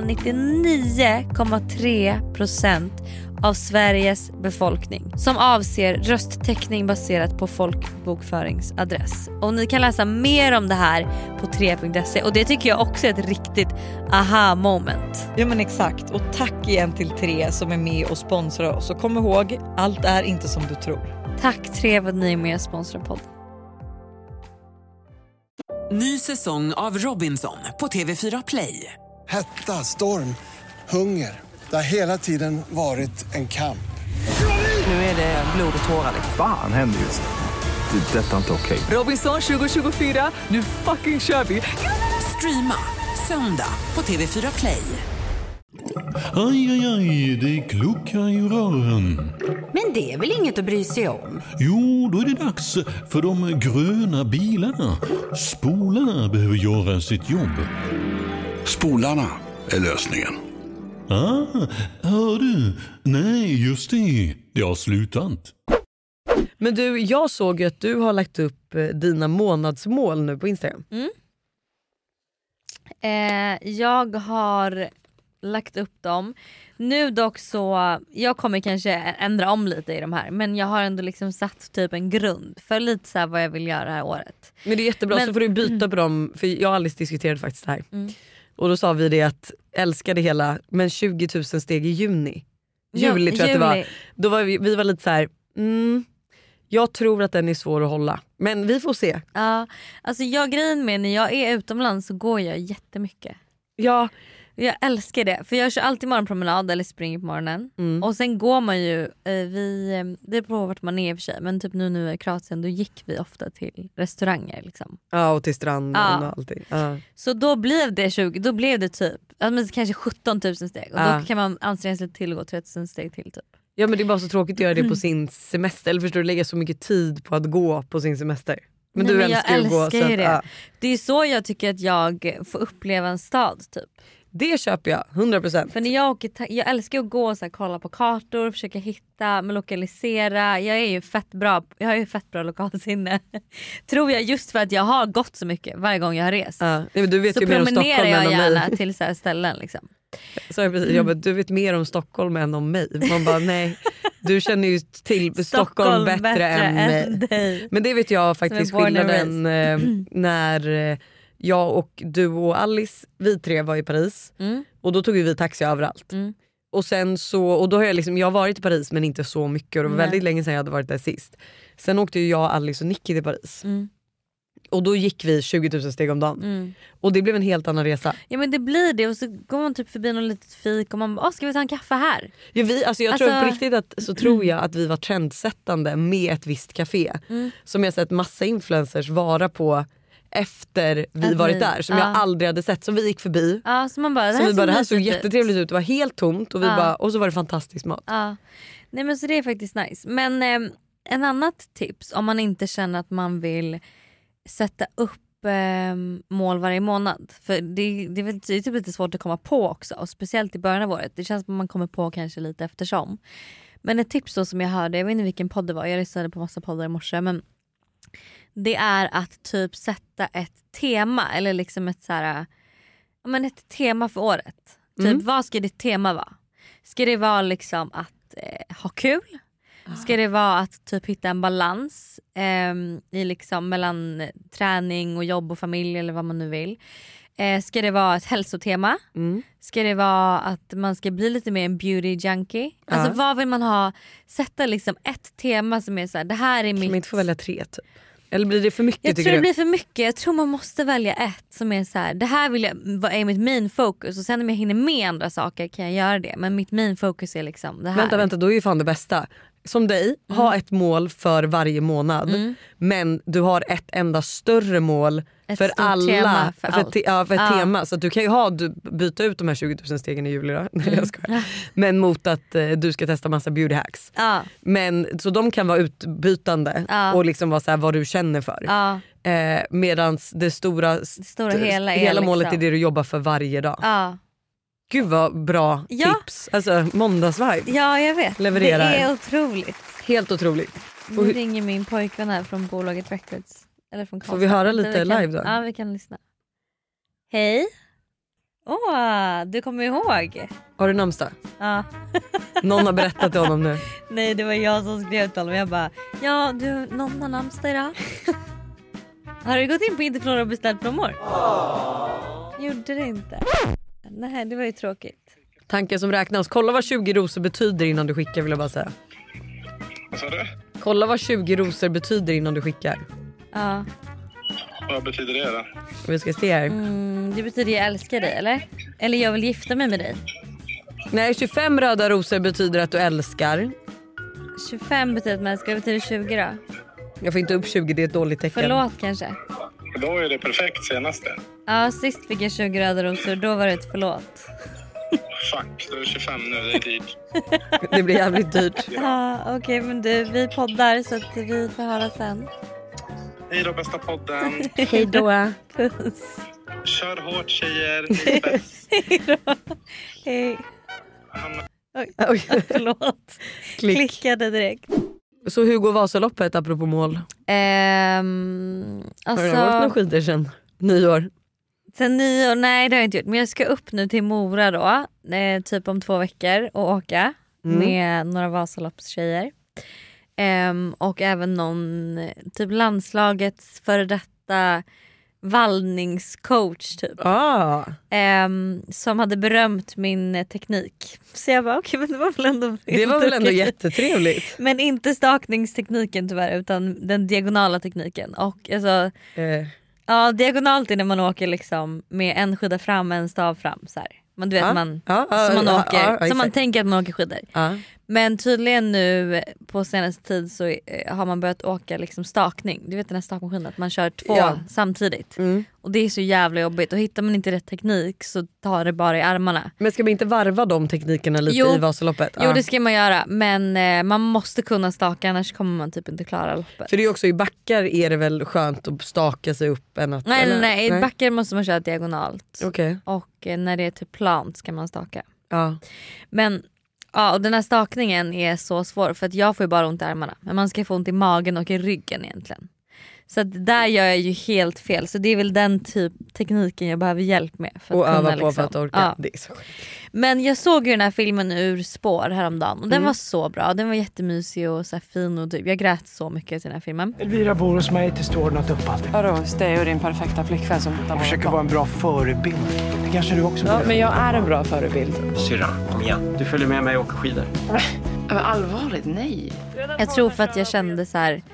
99,3% av Sveriges befolkning, som avser rösttäckning baserat på folkbokföringsadress. Och ni kan läsa mer om det här på 3.se, och det tycker jag också är ett riktigt aha moment. Ja men exakt, och tack igen till 3 som är med och sponsrar oss. Och kom ihåg, allt är inte som du tror. Tack 3 för att ni är med och sponsrar podden. Ny säsong av Robinson på TV4 Play. Hetta, storm, hunger. Det har hela tiden varit en kamp. Nu är det blod och tårar. Fan händer just det. Det är detta inte okej. Robinson 2024, nu fucking kör vi. Streama söndag på TV4 Play. Aj, aj, aj, det kluckar i rören. Men det är väl inget att bry sig om? Jo, då är det dags för de gröna bilarna. Spolarna behöver göra sitt jobb. Spolarna är lösningen. Ah, hör du? Nej, just det. Det har slutat. Men du, jag såg ju att du har lagt upp dina månadsmål nu på Instagram. Jag har lagt upp dem. Nu dock så, jag kommer kanske ändra om lite i de här, men jag har ändå liksom satt typ en grund för lite så här vad jag vill göra det här året. Men det är jättebra, så får du byta på dem, för jag och Alice diskuterade faktiskt det här. Och då sa vi det att älska det hela, men 20 000 steg i juni. Juli tror jag att det var. Då var vi var lite så här. Jag tror att den är svår att hålla, men vi får se. Ja, alltså grejen med när jag är utomlands så går jag jättemycket. Ja. Jag älskar det, för jag kör alltid morgonpromenad eller springer på morgonen. Och sen går man ju, det beror på vart man är i och för sig, men typ nu i Kroatien då gick vi ofta till restauranger liksom. Ja, och till stranden och allting. Så då blev det 20, då blev det typ kanske 17 000 steg. Och då kan man anstränga sig till att gå 30 000 steg till typ. Ja, men det är bara så tråkigt att göra det på sin semester. Eller förstår du, lägga så mycket tid på att gå på sin semester. Men du älskar ju att gå. Så det. Det är så jag tycker att jag får uppleva en stad typ. Det köper jag, 100%. För när jag älskar att gå och så här, kolla på kartor, försöka hitta, lokalisera. Jag har ju fett bra lokalsinne. Tror jag, just för att jag har gått så mycket varje gång jag har rest. Men du vet så ju mer om Stockholm jag än om gärna mig. till så här ställen liksom. Så jag precis, du vet mer om Stockholm än om mig. Man bara nej, du känner ju till Stockholm bättre än mig. Dig. Men det vet jag faktiskt skillnaden när jag och du och Alice, vi 3 var i Paris. Och då tog vi taxi överallt. Och sen så, och då har jag varit i Paris men inte så mycket, och det var väldigt länge sedan jag hade varit där sist. Sen åkte ju jag, Alice och Nicky till Paris. Och då gick vi 20 000 steg om dagen. Och det blev en helt annan resa. Ja men det blir det, och så går man typ förbi någon litet fik och man bara, ska vi ta en kaffe här? Ja, jag tror på riktigt tror jag att vi var trendsättande med ett visst café. Som jag sett massa influencers vara på efter vi varit där, som jag aldrig hade sett, som vi gick förbi. Så man bara, det här såg jättetrevligt ut, det var helt tomt och vi och så var det fantastisk mat. Nej men så det är faktiskt nice. Men en annat tips om man inte känner att man vill sätta upp mål varje månad. För det är typ lite svårt att komma på också. Och speciellt i början av året. Det känns som att man kommer på kanske lite eftersom. Men ett tips då som jag hörde, jag vet inte vilken podd det var. Jag lyssnade på massa poddar i morse. Men det är att typ sätta ett tema. Eller liksom ett så här, men ett tema för året. Typ vad ska ditt tema vara? Ska det vara liksom att ha kul? Ska det vara att typ hitta en balans i liksom mellan träning och jobb och familj eller vad man nu vill? Ska det vara ett hälsotema? Ska det vara att man ska bli lite mer en beauty junkie? Alltså vad vill man ha? Sätta liksom ett tema som är så här, det här är mitt... Kan man inte få välja 3 typ? Eller blir det för mycket? Jag tror det blir för mycket. Jag tror man måste välja ett som är så här, det här vill jag, vad är mitt main focus? Och sen om jag hinner med andra saker kan jag göra det. Men mitt main focus är liksom det här. Vänta, då är ju fan det bästa. Som dig, ha ett mål för varje månad. Men du har ett enda större mål ett för alla. Tema för allt. För ett tema. Så att du kan ju byta ut de här 20 000 stegen i juli då. Nej, jag skojar. Men mot att du ska testa massa beauty hacks. Men, så de kan vara utbytande och liksom vara så här, vad du känner för. Medans det stora hela målet liksom är det du jobbar för varje dag. Gud vad bra tips. Alltså måndagsvibe. Ja, jag vet. Levererar. Det är otroligt. Helt otroligt. Nu ringer min pojkvän här från bolaget Records. Eller från Karlstad. Får vi höra lite live då? Ja, vi kan lyssna. Hej. Du kommer ihåg. Har du namnsdag? Ja. Någon har berättat till honom nu. Nej, det var jag som skrev till honom. Jag bara, någon har namnsdag idag. Har du gått in på Interflora och beställt blommor? Gjorde det inte. Nej, det var ju tråkigt. Tanken som räknas. Kolla vad 20 rosor betyder innan du skickar, vill jag bara säga. Vad sa du? Kolla vad 20 rosor betyder innan du skickar. Ja. Vad betyder det då? Vi ska se här. Det betyder jag älskar dig, eller? Eller jag vill gifta mig med dig. Nej, 25 röda rosor betyder att du älskar. 25 betyder att man älskar. Det betyder 20 då? Jag får inte upp 20, det är ett dåligt tecken. Förlåt kanske. Då är det perfekt senaste. Ja, sist fick jag 20 röda rosor. Då var det ett förlåt. Fuck, då är det 25 nu. Det är dyrt. Det blir jävligt dyrt. Ja, okej, men du, vi poddar så att vi får höra sen. Hej då, bästa podden. Hej då. Puss. Kör hårt, tjejer. Ni är bäst. Hej då. Hej. Oj, förlåt. Klickade direkt. Så hur går Vasaloppet apropå mål? Alltså, har du varit några skidor sen nyår? Sen nyår? Nej, det har jag inte gjort. Men jag ska upp nu till Mora då. Typ om 2 veckor och åka med några Vasaloppstjejer. Och även någon typ landslagets före detta vallningscoach typ. Som hade berömt min teknik. Så jag bara okej, men det var väl ändå jättetrevligt. Men inte stakningstekniken tyvärr, utan den diagonala tekniken. Och alltså ja, diagonalt är när man åker liksom med en skida fram, en stav fram så här. Man, du vet, som man tänker att man åker skidor. Men tydligen nu på senaste tid så har man börjat åka liksom stakning. Du vet den här stakmaskinen, att man kör 2 samtidigt. Och det är så jävla jobbigt. Och hittar man inte rätt teknik så tar det bara i armarna. Men ska man inte varva de teknikerna lite i Vasaloppet? Jo, det ska man göra. Men man måste kunna staka, annars kommer man typ inte klara loppet. För det är också i backar är det väl skönt att staka sig upp än att... Nej. I backar måste man köra diagonalt. Okay. Och när det är typ plant ska man staka. Ja. Men ja, och den här stakningen är så svår för att jag får ju bara ont i armarna. Men man ska få ont i magen och i ryggen egentligen. Så att där gör jag ju helt fel. Så det är väl den typ tekniken jag behöver hjälp med. För att och kunna, öva på liksom, för att orka. Ja. Det är så. Men jag såg ju den här filmen Ur spår häromdagen. Och den var så bra. Den var jättemysig och så här fin. Och typ, jag grät så mycket i den här filmen. Elvira bor hos mig tills du ordnat upp allt. Vadå hos dig och din perfekta flickvän som jag försöker vara en bra förebild. Det kanske du också ja, men jag är en bra förebild. Syrra, kom igen. Du följer med mig och åker skidor. Men allvarligt, nej. Jag tror för att jag kände så här...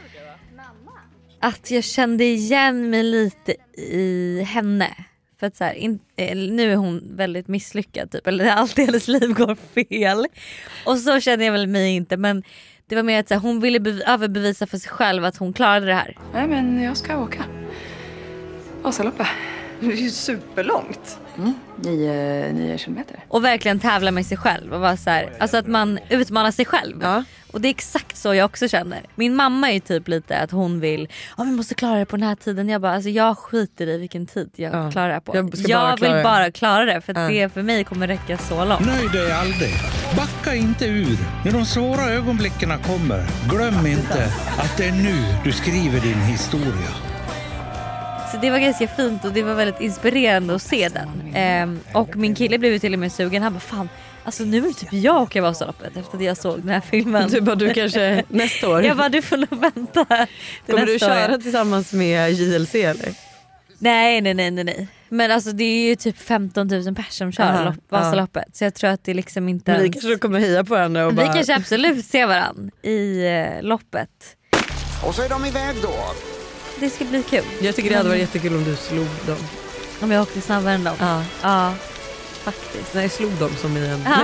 Att jag kände igen mig lite i henne. För att så här, nu är hon väldigt misslyckad typ. Eller allt i hennes liv går fel. Och så kände jag väl mig inte. Men det var mer att så här, hon ville överbevisa för sig själv att hon klarade det här. Nej, men jag ska åka. Vasaloppet. Det är ju superlångt. 9 kilometer. Och verkligen tävla med sig själv och vara så här, alltså att man utmanar sig själv. Ja. Och det är exakt så jag också känner. Min mamma är ju typ lite att hon vill, vi måste klara det på den här tiden. Jag bara, alltså jag skiter i vilken tid jag klarar det på. Jag vill bara klara det för att det för mig kommer räcka så långt. Nöj dig aldrig. Backa inte ur. När de svåra ögonblicken kommer, glöm inte att det är nu du skriver din historia. Så det var ganska fint och det var väldigt inspirerande att se den. Och min kille blev ju till och med sugen. Han bara, fan, alltså nu är typ jag åker Vasaloppet efter att jag såg den här filmen. Du kanske nästa år. Jag bara, du får nog vänta. Kommer du köra tillsammans med JLC eller? Nej. Men alltså det är ju typ 15 000 personer som kör Vasaloppet. Så jag tror att det liksom inte men vi kanske kommer heja på varandra och vi kanske absolut ser varandra i loppet. Och så är de iväg då. Det ska bli kul. Jag tycker det hade varit jättekul om du slog dem. Om jag åkte snabbare än dem? Ja, faktiskt. Nej, slog dem som i en...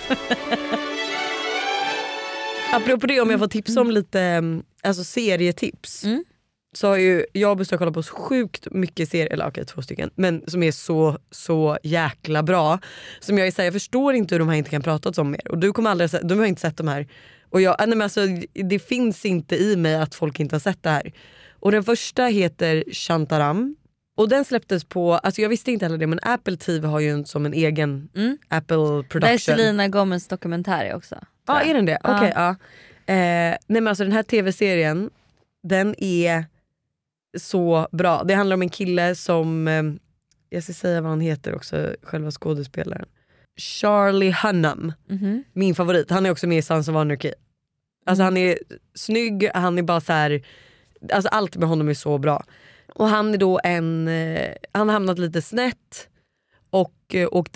Apropå det, om jag får tipsa om lite alltså serietips. Så har ju jag bestått kolla på så sjukt mycket serier, eller okej 2 stycken, men som är så jäkla bra. Som jag säger, jag förstår inte hur de här inte kan prata om mer. Och du kommer aldrig, de har inte sett de här. Och jag, nej men alltså, det finns inte i mig att folk inte har sett det här. Och den första heter Shantaram. Och den släpptes på, alltså jag visste inte heller det, men Apple TV har ju som en egen Apple production. Det är Selena Gomez dokumentär också. Ja, är den det? Okej, ja. Nej men alltså den här tv-serien, den är så bra. Det handlar om en kille som, jag ska säga vad han heter också, själva skådespelaren. Charlie Hunnam, min favorit. Han är också med i Sons of Anarchy. Alltså han är snygg, han är bara så här, alltså allt med honom är så bra. Och han är då han har hamnat lite snett och åkt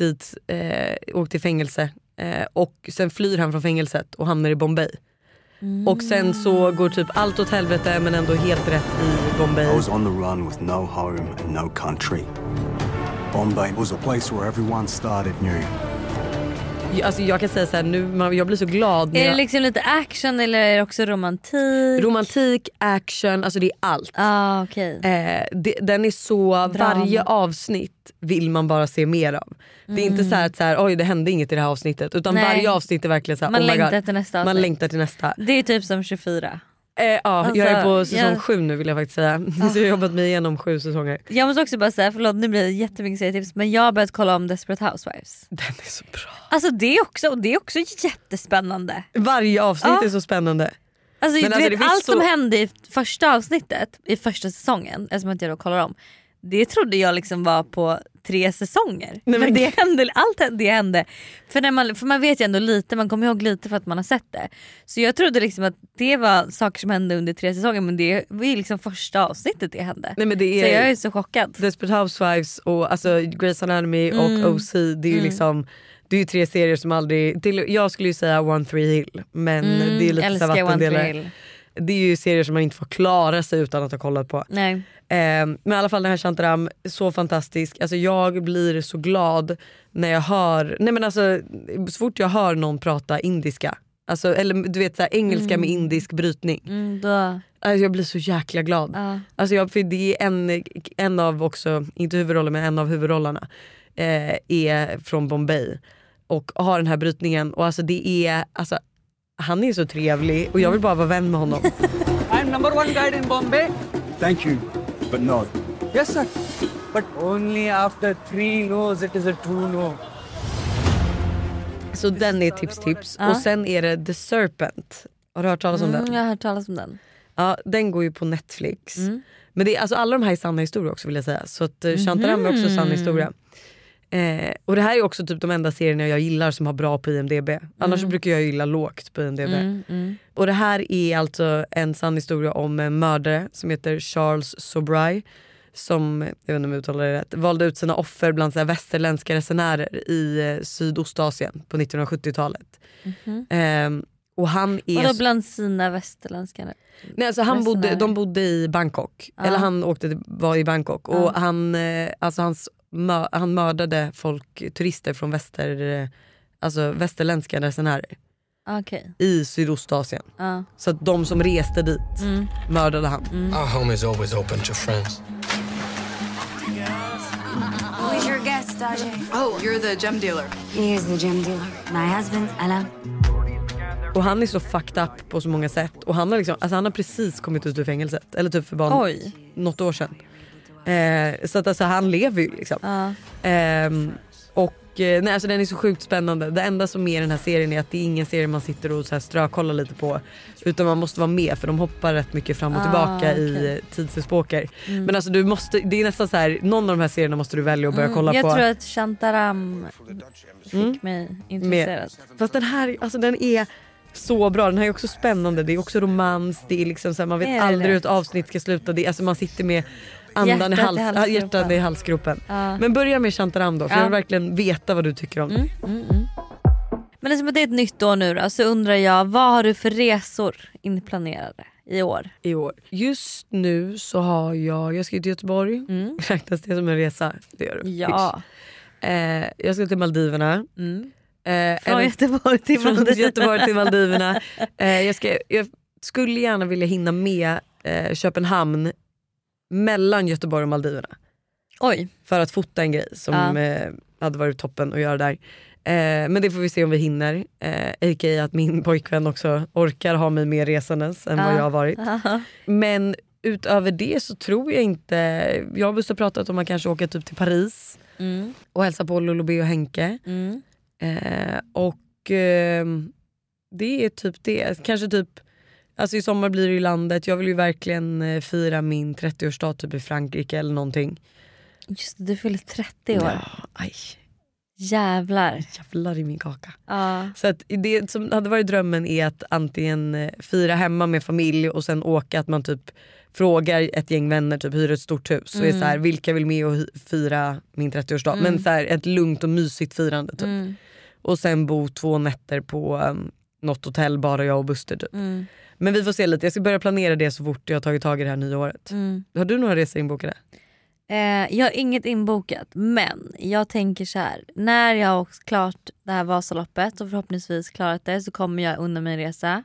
i fängelse. Och sen flyr han från fängelset och hamnar i Bombay. Och sen så går typ allt åt helvete, men ändå helt rätt i Bombay. I was on the run with no home and no country. Bombay was a place where everyone started new. Alltså jag kan säga så här, nu, jag blir så glad. Är det liksom lite action eller är det också romantik? Romantik, action, alltså det är allt. Okay. Den är så, varje avsnitt vill man bara se mer av. Det är inte så här att oj det hände inget i det här avsnittet, utan varje avsnitt är verkligen så här, man längtar till nästa avsnitt. Man längtar till nästa. Det är typ som 24. Alltså, jag är på säsong 7 nu vill jag faktiskt säga. Så jag har jobbat mig igenom 7 säsonger. Jag måste också bara säga, förlåt nu blir det jättemycket serietips, men jag har börjat kolla om Desperate Housewives. Den är så bra. Alltså det är också jättespännande. Varje avsnitt är så spännande. Alltså, men du vet, allt som hände i första avsnittet, i första säsongen, eftersom att jag då kollar om, det trodde jag liksom var på 3 säsonger. Nej, men det hände, allt det hände. För man vet ju ändå lite, man kommer ihåg lite för att man har sett det. Så jag trodde liksom att det var saker som hände under 3 säsonger, men det var ju liksom första avsnittet det hände. Nej, men det är, så jag är så chockad. Desperate Housewives och alltså Grey's Anatomy och OC, det är ju liksom, det är ju 3 serier som aldrig, jag skulle ju säga One Tree Hill, men det är lite så vattendelare. Det är ju serier som man inte får klara sig utan att ha kollat på. Nej. Men i alla fall den här Shantaram, så fantastisk. Alltså jag blir så glad när jag hör, nej men alltså så fort jag hör någon prata indiska, alltså, eller du vet så här, engelska med indisk brytning, alltså, jag blir så jäkla glad. Alltså för det är en av också, inte huvudrollen men en av huvudrollerna är från Bombay och har den här brytningen, och alltså det är, alltså han är så trevlig och jag vill bara vara vän med honom. I'm number 1 guide in Bombay. Thank you, but no. Yes sir, but only after 3 no's it is a true no. Så den är tips. Och sen är det The Serpent. Har du hört talas om den? Jag har hört talas om den. Ja, den går ju på Netflix. Men det är, alltså alla de här är sanna historier också vill jag säga. Så att Shantaram är också sann historia. Och det här är också typ de enda serierna jag gillar som har bra på IMDb. Annars så brukar jag gilla lågt på IMDb. Och det här är alltså en sann historia om en mördare som heter Charles Sobhraj, som, jag vet inte om jag uttalar det rätt, valde ut sina offer bland så här västerländska resenärer i Sydostasien på 1970-talet. Och han är... Och då bland sina västerländska... Nej, alltså de bodde i Bangkok. Eller han var i Bangkok. Och han mördade turister från västerländska resenärer. I Sydostasien. Så att de som reste dit mördade han. Our home is always open to friends. Anastasia. Oh, you're the gem dealer. He is the gem dealer. My husband, Alan. Och han är så fucked up på så många sätt. Och han har liksom, alltså han har precis kommit ut ur fängelset. Eller typ för bara något år sedan. Så att alltså han lever ju liksom. Nej, alltså den är så sjukt spännande. Det enda som är i den här serien är att det är ingen serie man sitter och så här strökollar lite på. Utan man måste vara med för de hoppar rätt mycket fram och tillbaka i tidsespåker. Men alltså du måste, det är nästan så här, någon av de här serierna måste du välja att börja kolla på. Jag tror att Shantaram fick mig intresserad. Fast den här, alltså den är så bra. Den här är också spännande. Det är också romans. Det är liksom så här, man vet aldrig hur ett avsnitt ska sluta. Det är, alltså man sitter med andan hjärtat i halsgropen. Men börja med Shantaram då. För jag vill verkligen veta vad du tycker om det. Men eftersom det är ett nytt år nu då, så undrar jag, vad har du för resor inplanerade i år? Just nu så har jag ska till Göteborg. Räknas det som en resa? Det gör du. Ja. Jag ska till Maldiverna. Från Göteborg till Maldiverna. Jag skulle gärna vilja hinna med Köpenhamn mellan Göteborg och Maldiverna. Oj. För att fota en grej som hade varit toppen att göra där. Men det får vi se om vi hinner. A.k.a. att min pojkvän också orkar ha mig mer resandes än vad jag har varit. Men utöver det så tror jag inte. Jag har just pratat om att man kanske åker typ till Paris och hälsa på Lolo B och Henke. Det är typ det. Kanske typ, alltså i sommar blir det ju landet. Jag vill ju verkligen fira min 30-årsdag typ i Frankrike eller någonting. Just det, du fyller 30 år. Ja, aj. Jävlar i min kaka. Så att det som hade varit drömmen är att antingen fira hemma med familj och sen åka, att man typ frågar ett gäng vänner, typ hyr ett stort hus och är så här, vilka vill med och fira min 30-årsdag. Men så här, ett lugnt och mysigt firande typ. Och sen bo 2 nätter på något hotell, bara jag och Buster typ. Men vi får se lite. Jag ska börja planera det så fort jag har tagit tag i det här nya året. Har du några resor inbokade? Jag har inget inbokat, men jag tänker så här: när jag har åkt klart det här Vasaloppet och förhoppningsvis klarat det, så kommer jag under min resa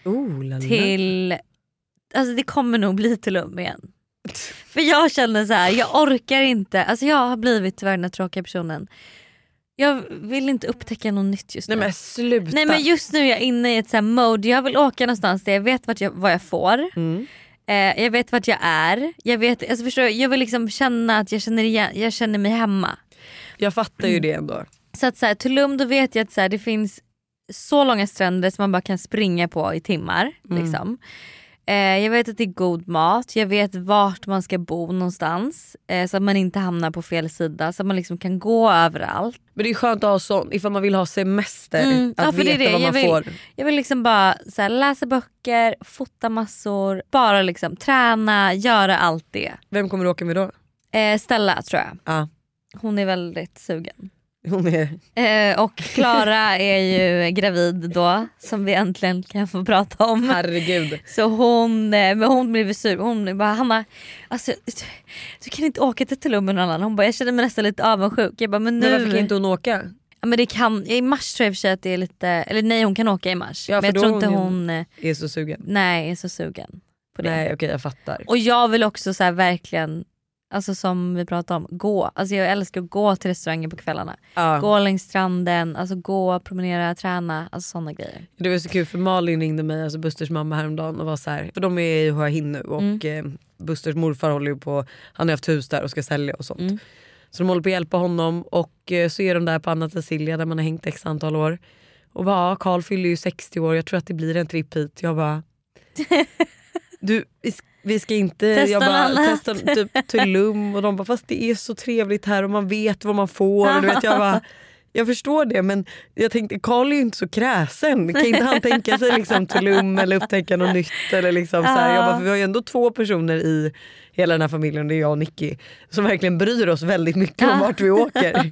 till, alltså det kommer nog bli till igen. För jag känner så här, jag orkar inte, alltså jag har blivit tyvärr den tråkiga personen. Jag vill inte upptäcka något nytt just nu. Nej men sluta. Nej men just nu är jag inne i ett så här mode. Jag vill åka någonstans där jag vet vad jag får. Jag vet vart jag är. Jag vet, alltså förstår, jag vill liksom känna att jag känner mig hemma. Jag fattar ju det ändå. Så att så här, Tulum, då vet jag att så här, det finns så långa stränder som man bara kan springa på i timmar liksom. Jag vet att det är god mat. Jag vet vart man ska bo någonstans, så att man inte hamnar på fel sida, så att man liksom kan gå överallt. Men det är skönt att ha sånt ifall man vill ha semester, att veta vad man får. Jag vill liksom bara så här, läsa böcker, fota massor, bara liksom träna, göra allt det. Vem kommer du åka med då? Stella tror jag. Hon är väldigt sugen. Hon är... och Klara är ju gravid då, som vi äntligen kan få prata om. Herregud. Så hon blev sur. Hon bara, Hanna, alltså, du kan inte åka till Tulum med någon annan. Hon bara, jag känner mig nästan lite avundsjuk. Jag bara, men varför kan inte hon åka? Ja, men det kan, i mars tror jag i och för sig att det är lite, eller nej, hon kan åka i mars. Ja, men jag tror inte hon är så sugen. Nej, är så sugen på det. Nej, okej, jag fattar. Och jag vill också så här, verkligen, alltså som vi pratade om, gå. Alltså jag älskar att gå till restauranger på kvällarna. Gå längs stranden, alltså gå, promenera, träna, alltså sådana grejer. Det var så kul för Malin ringde mig, alltså Busters mamma häromdagen, och var så här, för de är i Hua Hin nu och Busters morfar håller ju på, han har haft hus där och ska sälja och sånt. Så de håller på att hjälpa honom, och så är de där på Anna Cecilia där man har hängt x antal år. Och bara, Carl fyller ju 60 år, jag tror att det blir en tripp hit. Jag bara, du, vi ska inte testa typ Tulum, och de bara, fast det är så trevligt här och man vet vad man får. Och du vet, jag bara, jag förstår det, men jag tänkte, Carl är ju inte så kräsen. Kan inte han tänka sig liksom Tulum eller upptäcka något nytt eller liksom så här. Jag bara, för vi har ju ändå 2 personer i hela den här familjen, det är jag och Nicky, som verkligen bryr oss väldigt mycket om vart vi åker.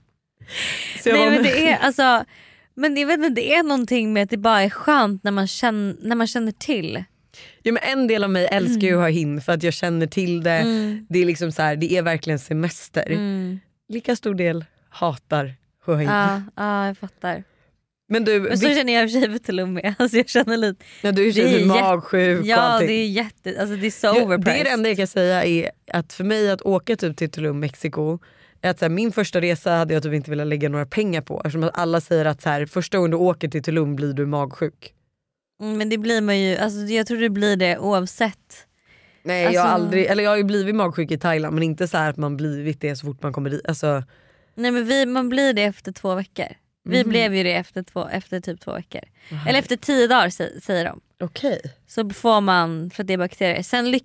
Så nej, men det är alltså, men jag vet inte, det är någonting med att det bara är skönt när man känner till. Ja, men en del av mig älskar ju att ha hin för att jag känner till det. Det är liksom så här, det är verkligen semester. Lika stor del hatar Hua Hin. Ja, jag fattar. Men så känner jag i och för sig för Tulum med. Alltså jag känner lite. Ja, du känner magsjuk och allting. Det är jätte, alltså det är så overpriced. Det enda jag kan säga är att för mig att åka typ till Tulum, Mexiko, Att så här, min första resa hade jag typ inte velat lägga några pengar på. Eftersom att alla säger att så här, första gången du åker till Tulum blir du magsjuk. Men det blir man ju, alltså, jag tror det blir det oavsett. Nej, alltså, jag har ju blivit magsjuk i Thailand, men inte så här att man blivit det så fort man kommer dit. Alltså... Nej, men man blir det efter 2 veckor. Vi blev ju det efter typ 2 veckor. Eller efter 10 dagar säger de. Okej. Så får man, för att det är bakterier. Sen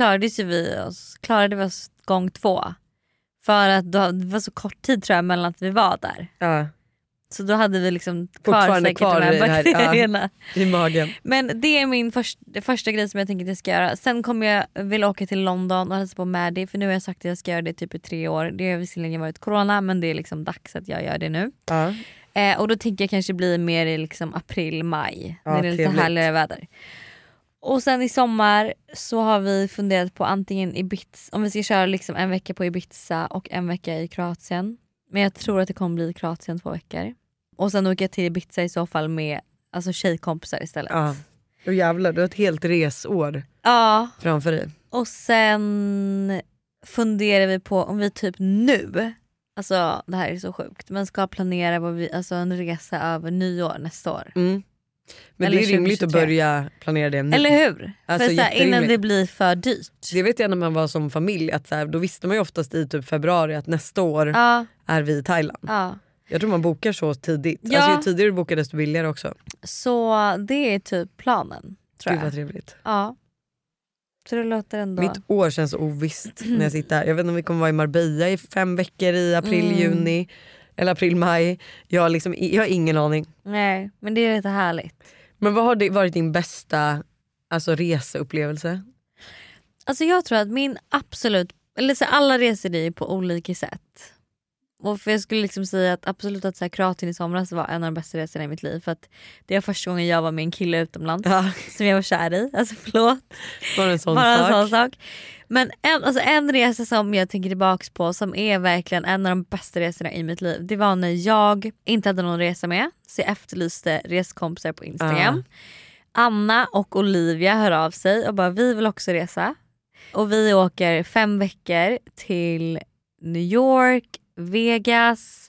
klarade vi oss gång 2. För att det var så kort tid tror jag mellan att vi var där. Ja. Så då hade vi liksom kvar de här bakterierna i magen. Men det är min första grej som jag tänker att jag ska göra. Sen kommer jag vilja åka till London och hälsa på Maddie. För nu har jag sagt att jag ska göra det typ i 3 år. Det har visserligen varit corona, men det är liksom dags att jag gör det nu. Ja. Och då tänker jag kanske bli mer i liksom april, maj. Ja, när det är lite härligare väder. Och sen i sommar så har vi funderat på antingen Ibiza, om vi ska köra liksom 1 vecka på Ibiza och 1 vecka i Kroatien. Men jag tror att det kommer bli Kroatien 2 veckor. Och sen åker jag till Ibiza i så fall med alltså tjejkompisar istället. Ja. Och jävlar, du har ett helt resår framför dig. Och sen funderar vi på om vi typ nu, alltså det här är så sjukt, men ska planera alltså en resa över nyår nästa år. Mm. Men eller det är rimligt 2023. Att börja planera det nu. Eller hur? Alltså, för såhär, innan det blir för dyrt. Det vet jag när man var som familj, att såhär, då visste man ju oftast i typ februari att nästa år är vi i Thailand. Ja. Jag tror man bokar så tidigt. Ja. Alltså, ju tidigare du bokar desto billigare också. Så det är typ planen, tror jag. Gud vad trevligt. Ja. Så det låter ändå... Mitt år känns så ovisst när jag sitter här. Jag vet inte om vi kommer vara i Marbella i 5 veckor i april, juni. Eller april, maj. Jag har ingen aning. Nej, men det är lite härligt. Men vad har varit din bästa reseupplevelse? Alltså jag tror att min absolut... Eller så alla resor är på olika sätt. Och för jag skulle liksom säga att absolut att så här, Kroatien i somras var en av de bästa resorna i mitt liv. För att det var första gången jag var med en kille utomlands som jag var kär i. Alltså förlåt. Bara en sån sak. Men en resa som jag tänker tillbaka på som är verkligen en av de bästa resorna i mitt liv. Det var när jag inte hade någon resa med. Så jag efterlyste reskompisar på Instagram. Anna och Olivia hör av sig och bara vi vill också resa. Och vi åker 5 veckor till New York, Vegas,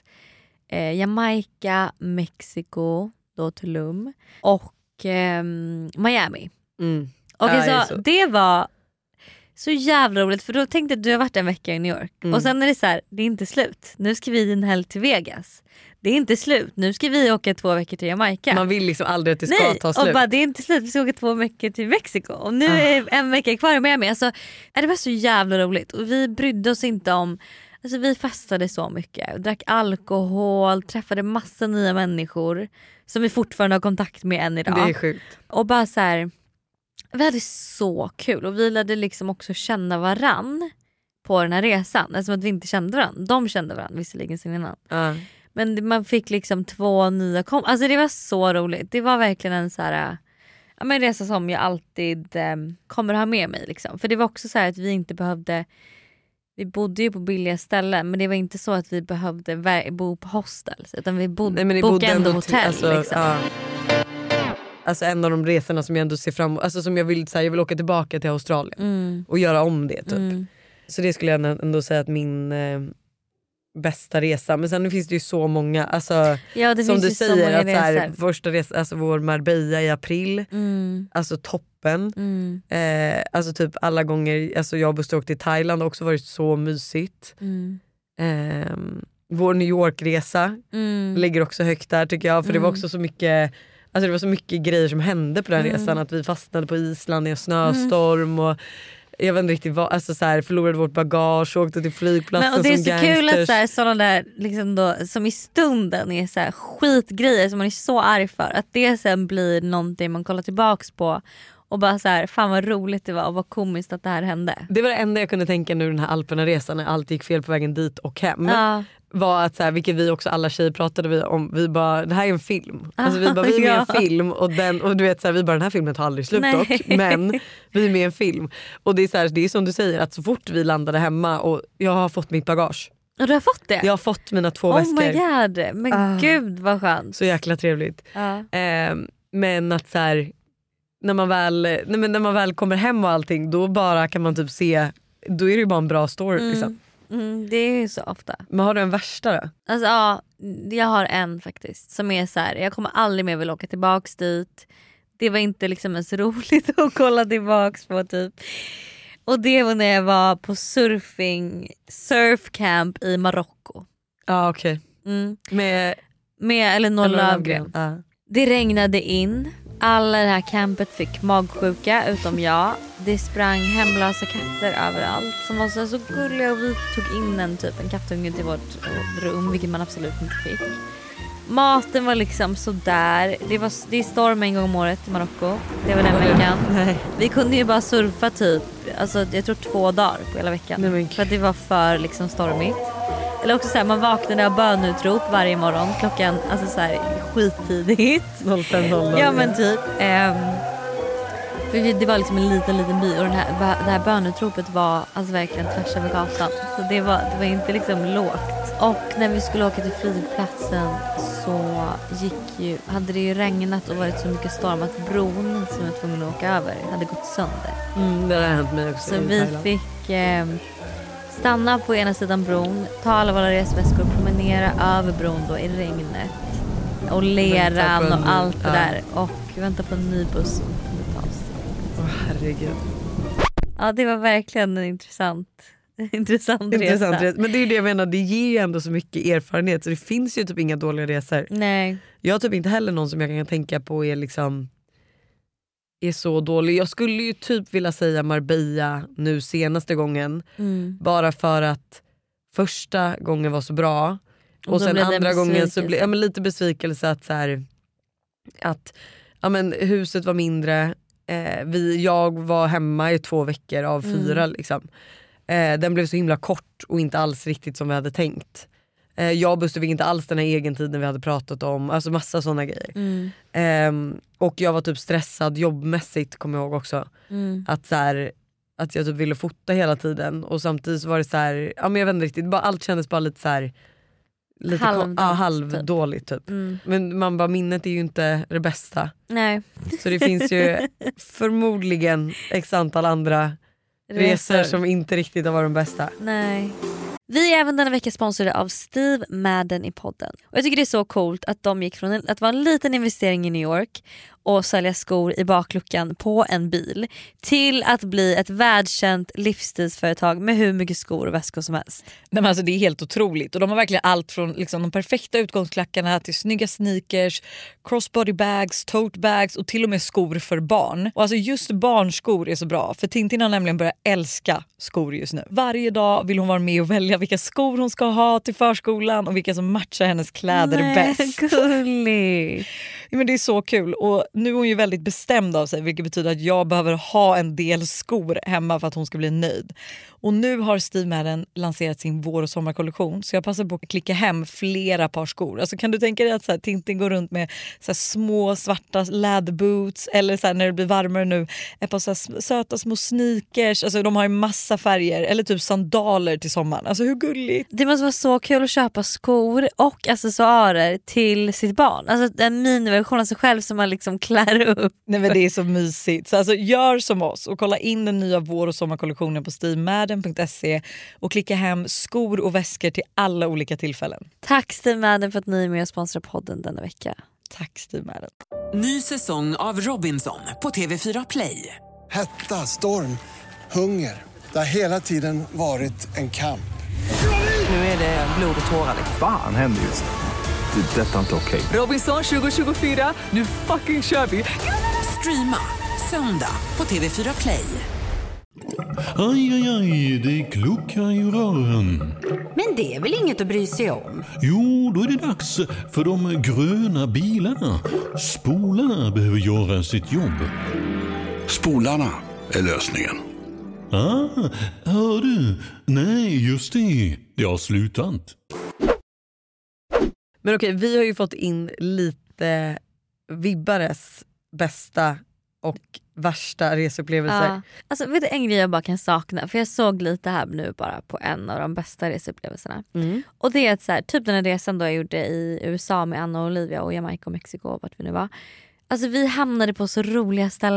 Jamaica, Mexiko, då Tulum och Miami. Så det var så jävla roligt för då tänkte jag att du har varit 1 vecka i New York och sen är det så här, det är inte slut. Nu ska vi en helg till Vegas. Det är inte slut. Nu ska vi åka 2 veckor till Jamaica. Man vill liksom aldrig att det ska ta slut. Och bara, det är inte slut. Vi ska åka 2 veckor till Mexiko. Och nu är 1 vecka kvar med mig. Alltså, det var så jävla roligt. Och vi brydde oss inte om... Alltså, vi festade så mycket. Drack alkohol. Träffade massa nya människor. Som vi fortfarande har kontakt med än idag. Det är sjukt. Och bara så här... Vi hade så kul. Och vi lärde liksom också känna varann på den här resan. Alltså att vi inte kände varann. De kände varann visserligen sen innan. Men man fick liksom 2 nya alltså det var så roligt. Det var verkligen en så här resa som jag alltid kommer ha med mig liksom. För det var också så här att vi inte behövde, vi bodde ju på billiga ställen, men det var inte så att vi behövde bo på hostels, utan vi bodde ändå hotell liksom. Alltså en av de resorna som jag ändå ser fram emot, alltså som jag vill åka tillbaka till Australien och göra om det typ. Så det skulle jag ändå säga att min bästa resa. Men sen finns det ju så många, alltså som du säger att så här, första resan, alltså vår Marbella i april, alltså toppen. Alltså typ alla gånger, alltså jag och Buster åkte till Thailand har också varit så mysigt. Vår New York-resa ligger också högt där tycker jag, för det var också så mycket, alltså det var så mycket grejer som hände på den resan, att vi fastnade på Island i en snöstorm och jag vet inte riktigt vad, alltså så här, förlorade vårt bagage och åkte till flygplatsen som gangsters. Det är så kul att så här, sådana där liksom då, som i stunden är så här, skitgrejer som man är så arg för, att det sen blir någonting man kollar tillbaks på och bara så här, fan vad roligt det var och vad komiskt att det här hände. Det var det enda jag kunde tänka nu den här Alperna-resan, när allt gick fel på vägen dit och hem. Var att så här, vilket vi också alla tjejer pratade om, vi bara, det här är en film. Alltså vi bara, vi är med i en film och du vet så här, vi bara, den här filmen tar aldrig slut dock, men vi är med i en film. Och det är så här, det är som du säger, att så fort vi landade hemma och jag har fått mitt bagage. Och du har fått det? Jag har fått mina 2 väskor. Oh my god, men gud vad skönt. Så jäkla trevligt. Men att så här, när man väl kommer hem och allting, då bara kan man typ se, då är det ju bara en bra story liksom. Det är ju så ofta. Men har du en värsta då? Alltså ja, jag har en faktiskt som är så här: jag kommer aldrig mer vilja åka tillbaks dit. Det var inte liksom ens roligt att kolla tillbaks på typ. Och det var när jag var på surfcamp i Marocko. Ja okej. Med Elinor Löfgren. Ja. Det regnade in. Alla i det här campet fick magsjuka utom jag. Det sprang hemlösa katter överallt som var så gulliga, och vi tog in en kattunge till vårt rum, vilket man absolut inte fick. Maten var liksom sådär. Det är storm en gång om året i Marocko. Det var den veckan. Nej. Vi kunde ju bara surfa typ, alltså jag tror 2 dagar på hela veckan. Nej, för att det var för liksom stormigt. Eller också så här, man vaknade av bönutrop varje morgon klockan, alltså så här skittidigt. 05:00. Ja men typ. För det var liksom en liten by, och det här bönutropet var alltså verkligen tvärs över gatan. Så det var inte liksom lågt. Och när vi skulle åka till flygplatsen så hade det ju regnat och varit så mycket storm att bron som vi var tvungna att åka över hade gått sönder. Det har hänt mig också. Så vi fick stanna på ena sidan bron, ta alla våra resväskor och promenera över bron då i regnet. Och leran och allt det där. Och vänta på en ny buss som kunde ta oss. Herregud. Ja, det var verkligen en intressant resa. Men det är ju det jag menar, det ger ju ändå så mycket erfarenhet, så det finns ju typ inga dåliga resor. Nej. Jag har typ inte heller någon som jag kan tänka på är så dålig. Jag skulle ju typ vilja säga Marbella nu senaste gången. Bara för att första gången var så bra. Och sen andra gången så blev lite besvikelse att så här, att huset var mindre. Jag var hemma i 2 veckor av 4 liksom. Den blev så himla kort och inte alls riktigt som vi hade tänkt. Jag och Buster fick inte alls den här egentiden vi hade pratat om. Alltså massa sådana grejer. Och jag var typ stressad jobbmässigt, kommer jag ihåg också. Att så här, att jag typ ville fota hela tiden. Och samtidigt så var det så här, jag vet inte riktigt, allt kändes bara lite så här, lite halvdåligt typ. Men man bara, minnet är ju inte det bästa. Nej. Så det finns ju förmodligen x antal andra resor som inte riktigt har varit de bästa. Nej. Vi är även denna vecka sponsrade av Steve Madden i podden. Och jag tycker det är så coolt att de gick från att vara en liten investering i New York och sälja skor i bakluckan på en bil till att bli ett världskänt livsstilsföretag med hur mycket skor och väskor som helst. Nej, men alltså, det är helt otroligt, och de har verkligen allt från liksom de perfekta utgångsklackarna till snygga sneakers, crossbody bags, tote bags och till och med skor för barn. Och alltså just barnskor är så bra, för Tintin har nämligen börjat älska skor just nu. Varje dag vill hon vara med och välja vilka skor hon ska ha till förskolan och vilka som matchar hennes kläder bäst. Gulligt. Ja, men det är så kul, och nu är hon ju väldigt bestämd av sig, vilket betyder att jag behöver ha en del skor hemma för att hon ska bli nöjd. Och nu har Steve Madden lanserat sin vår- och sommarkollektion, så jag passar på att klicka hem flera par skor. Alltså kan du tänka dig att så här, Tintin går runt med så här, små svarta läderboots, eller så här, när det blir varmare nu, ett par så här, söta små sneakers. Alltså de har ju massa färger, eller typ sandaler till sommaren. Alltså hur gulligt? Det måste vara så kul att köpa skor och accessoarer till sitt barn. Alltså en miniversion av sig själv som man liksom klär upp. Nej, men det är så mysigt. Så alltså, gör som oss och kolla in den nya vår- och sommarkollektionen på stevemadden.se och klicka hem skor och väskor till alla olika tillfällen. Tack Steve Madden för att ni är med och sponsrar podden denna vecka. Tack Steve Madden. Ny säsong av Robinson på TV4 Play. Hetta, storm, hunger. Det har hela tiden varit en kamp. Nu är det blod och tårar. Fan händer just det. Det är detta inte okej. Robinson 2024, nu fucking kör vi. Streama söndag på TV4 Play. Aj, aj, aj, det kluckar i rören. Men det är väl inget att bry sig om? Jo, då är det dags för de gröna bilarna. Spolarna behöver göra sitt jobb. Spolarna är lösningen. Hör du? Nej, just det. Det har slutat. Men okej, vi har ju fått in lite Vibbares bästa och värsta reseupplevelser. Ja. Alltså vet du en grej jag bara kan sakna, för jag såg lite här nu bara på en av de bästa reseupplevelserna. Och det är att så här, typ den här resan då jag gjorde i USA med Anna och Olivia och Jamaica och Mexiko och vart vi nu var. Alltså vi hamnade på så roliga ställen.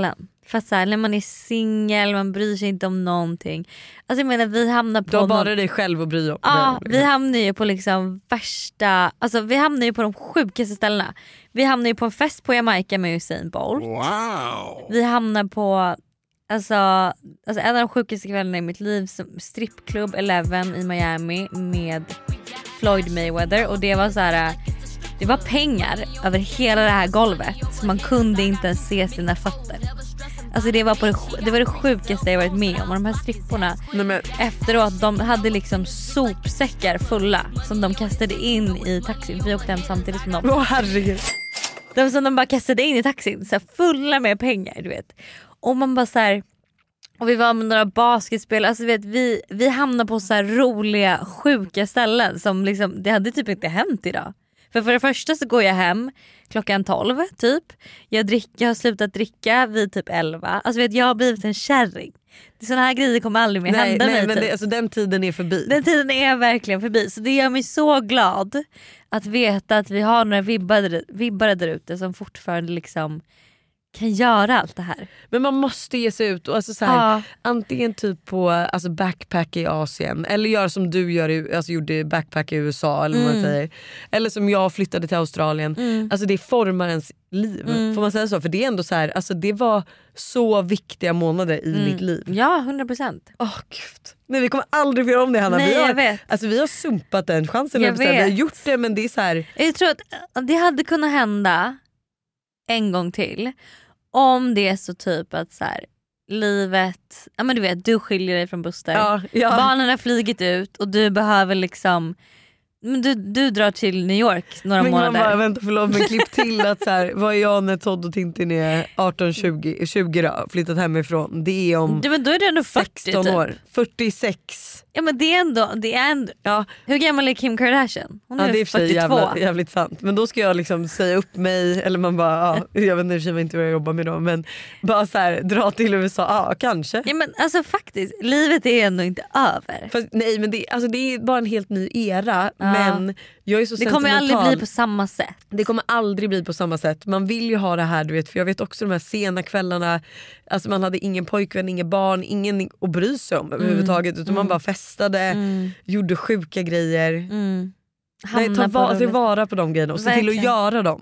För att så här, när man är singel, man bryr sig inte om någonting. Alltså jag menar, vi hamnar på... Du har bara dig själv att bry om. Ja, vi hamnar ju på liksom värsta... Alltså vi hamnar ju på de sjukaste ställena. Vi hamnar ju på en fest på Jamaica med Usain Bolt. Wow! Vi hamnar på... Alltså en av de sjukaste kvällarna i mitt liv, som strippklubb 11 i Miami med Floyd Mayweather. Och det var så här... Det var pengar över hela det här golvet. Så man kunde inte ens se sina fötter. Alltså det var det sjukaste jag varit med om. Och de här stripporna efteråt, de hade liksom sopsäckar fulla som de kastade in i taxin. Vi åkte hem samtidigt som de. Herregud. De bara kastade in i taxin, så här, fulla med pengar, du vet. Och man bara så här, och vi var med några basketspel, alltså vet, vi hamnade på så här roliga, sjuka ställen som liksom, det hade typ inte hänt idag. För det första så går jag hem klockan 12 typ. Jag har slutat dricka vid typ 11. Alltså vet, jag har blivit en kärring. Såna här grejer kommer aldrig mer hända mig. Men typ. alltså, den tiden är förbi. Den tiden är verkligen förbi. Så det gör mig så glad att veta att vi har några vibbare där ute som fortfarande liksom kan göra allt det här. Men man måste ge sig ut och alltså så här, antingen typ på alltså backpack i Asien eller göra som du gör, alltså gjorde backpack i USA eller vad man säger. Eller som jag flyttade till Australien. Alltså det formar ens liv. Får man säga så? För det är ändå så här, alltså det var så viktiga månader i mitt liv. Ja, 100%. Gud. Nej, vi kommer aldrig få göra om det, Hanna. Nej, jag vet. Alltså vi har sumpat den chansen. Jag vet. Vi har gjort det, men det är så här. Jag tror att det hade kunnat hända en gång till om det är så typ att så här, livet, ja men du vet, du skiljer dig från Buster. Ja. Barnen har flygit ut och du behöver liksom, men du drar till New York några månader. Bara, vänta, förlåt, men klipp till att så här, vad är jag när Todd och Tintin är 18-20 då, flyttat hemifrån. Det är om men då är det ändå 40 16 typ. år. 46. Ja men det är ändå ja. Hur gammal är Kim Kardashian? Hon är det är 42. jävligt sant. Men då ska jag liksom säga upp mig, eller man bara, jag vet inte i och för sig inte vad jag jobbar med då, men bara så här, dra till USA, kanske. Ja men alltså faktiskt, livet är ändå inte över. Fast, nej men det är bara en helt ny era, men jag är så det kommer aldrig bli på samma sätt. Det kommer aldrig bli på samma sätt. Man vill ju ha det här, du vet, för jag vet också de här sena kvällarna, alltså man hade ingen pojkvän, ingen barn, ingen att bry sig om överhuvudtaget, utan man bara festade, gjorde sjuka grejer. Nej, ta tillvara på de grejerna och se till att göra dem.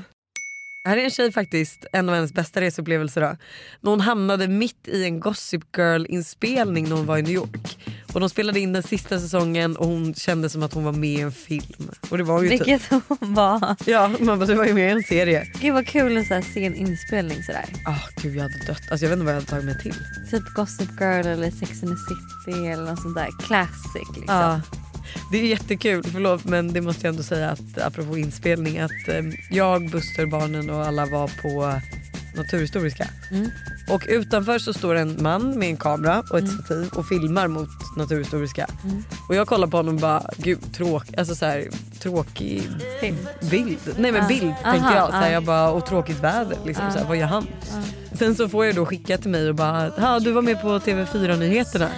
Här är en tjej faktiskt, en av hennes bästa reseupplevelser då. När hon hamnade mitt i en Gossip Girl-inspelning när hon var i New York. Och de spelade in den sista säsongen och hon kände som att hon var med i en film. Och det var ju vilket typ hon var. Ja, man bara, det var ju med i en serie. Gud vad kul att så här, se en inspelning sådär. Gud, jag hade dött. Alltså jag vet inte vad jag hade tagit mig till. Typ Gossip Girl eller Sex and the City eller något sånt där. Classic liksom. Ja. Det är jättekul, förlåt, men det måste jag ändå säga att apropå inspelning, att jag, Buster, barnen och alla var på Naturhistoriska. Och utanför så står en man med en kamera och ett stativ och filmar mot Naturhistoriska. Och jag kollar på honom och bara, gud, alltså så här, tråkig bild. Nej men bild tänkte jag. Så här, jag bara, och tråkigt väder liksom, så här, vad gör han? Sen så får jag då skicka till mig och bara, du var med på TV4-nyheterna.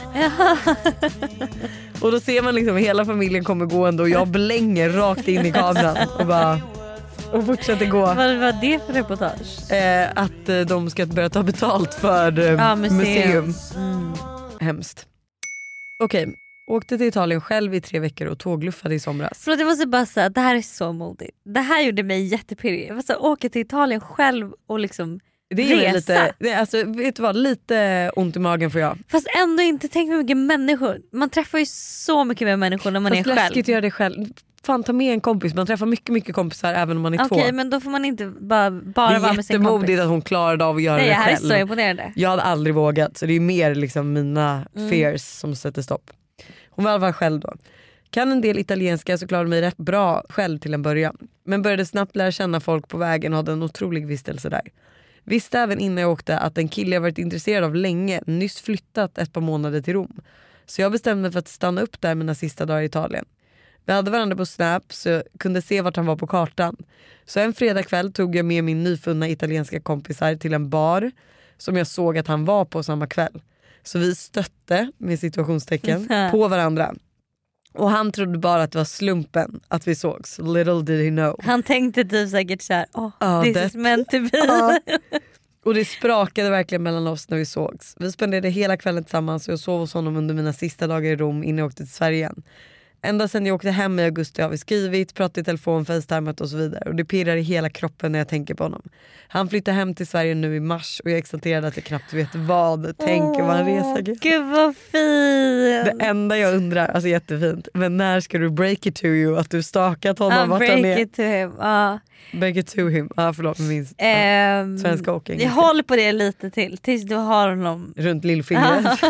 Och då ser man liksom hela familjen kommer gående och jag blänger rakt in i kameran och bara, och fortsätter gå. Vad var det för reportage? Att de ska börja ta betalt för museum. Hemskt. Okej. Åkte till Italien själv i 3 veckor och tågluffade i somras. Förlåt, jag måste bara säga att det här är så modigt. Det här gjorde mig jättepirrig. Jag måste åka till Italien själv och liksom det är lite, alltså, vet du vad, lite ont i magen får jag. Fast ändå inte, tänk hur mycket människor. Man träffar ju så mycket med människor när man är själv. Fast läskigt att göra det själv. Fan, ta med en kompis. Man träffar mycket kompisar även om man är två. Okej, men då får man inte bara vara med sin kompis. Det är jättemodigt att hon klarade av att göra det själv. Det här är så imponerande. Jag hade aldrig vågat. Så det är mer liksom mina fears som sätter stopp. Hon var i alla fall själv då. Kan en del italienska så klarade mig rätt bra själv till en början. Men började snabbt lära känna folk på vägen och hade en otrolig vistelse där. Visste även innan jag åkte att en kille jag varit intresserad av länge nyss flyttat ett par månader till Rom. Så jag bestämde mig för att stanna upp där mina sista dagar i Italien. Vi hade varandra på Snap så jag kunde se vart han var på kartan. Så en fredagkväll tog jag med min nyfunna italienska kompisar till en bar som jag såg att han var på samma kväll. Så vi stötte med situationstecken på varandra. Och han trodde bara att det var slumpen att vi sågs. Little did he know. Han tänkte typ säkert såhär, this is meant to be. Och det sprakade verkligen mellan oss när vi sågs. Vi spenderade hela kvällen tillsammans och jag sov hos honom under mina sista dagar i Rom innan jag åkte till Sverige igen. Ända sedan jag åkte hem i augusti har vi skrivit, pratat i telefon, facetimet och så vidare. Och det pirrar i hela kroppen när jag tänker på honom. Han flyttar hem till Sverige nu i mars och jag är exalterad att jag knappt vet vad. Tänker vad han reser. Gud vad fint. Det enda jag undrar, alltså jättefint, men när ska du break it to you att du stakat honom vart han är? Break it to him, Break it to him, förlåt min svenska och engelska. Jag håller på det lite tills du har honom runt lillfingret.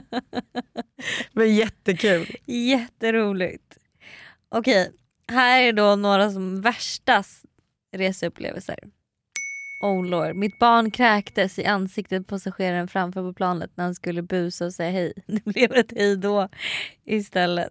Men jättekul. Jätteroligt. Okej, här är då några som värsta reseupplevelser. Oh lord, mitt barn kräktes i ansiktet på passageraren framför på planet när han skulle busa och säga hej. Det blev ett hej då istället.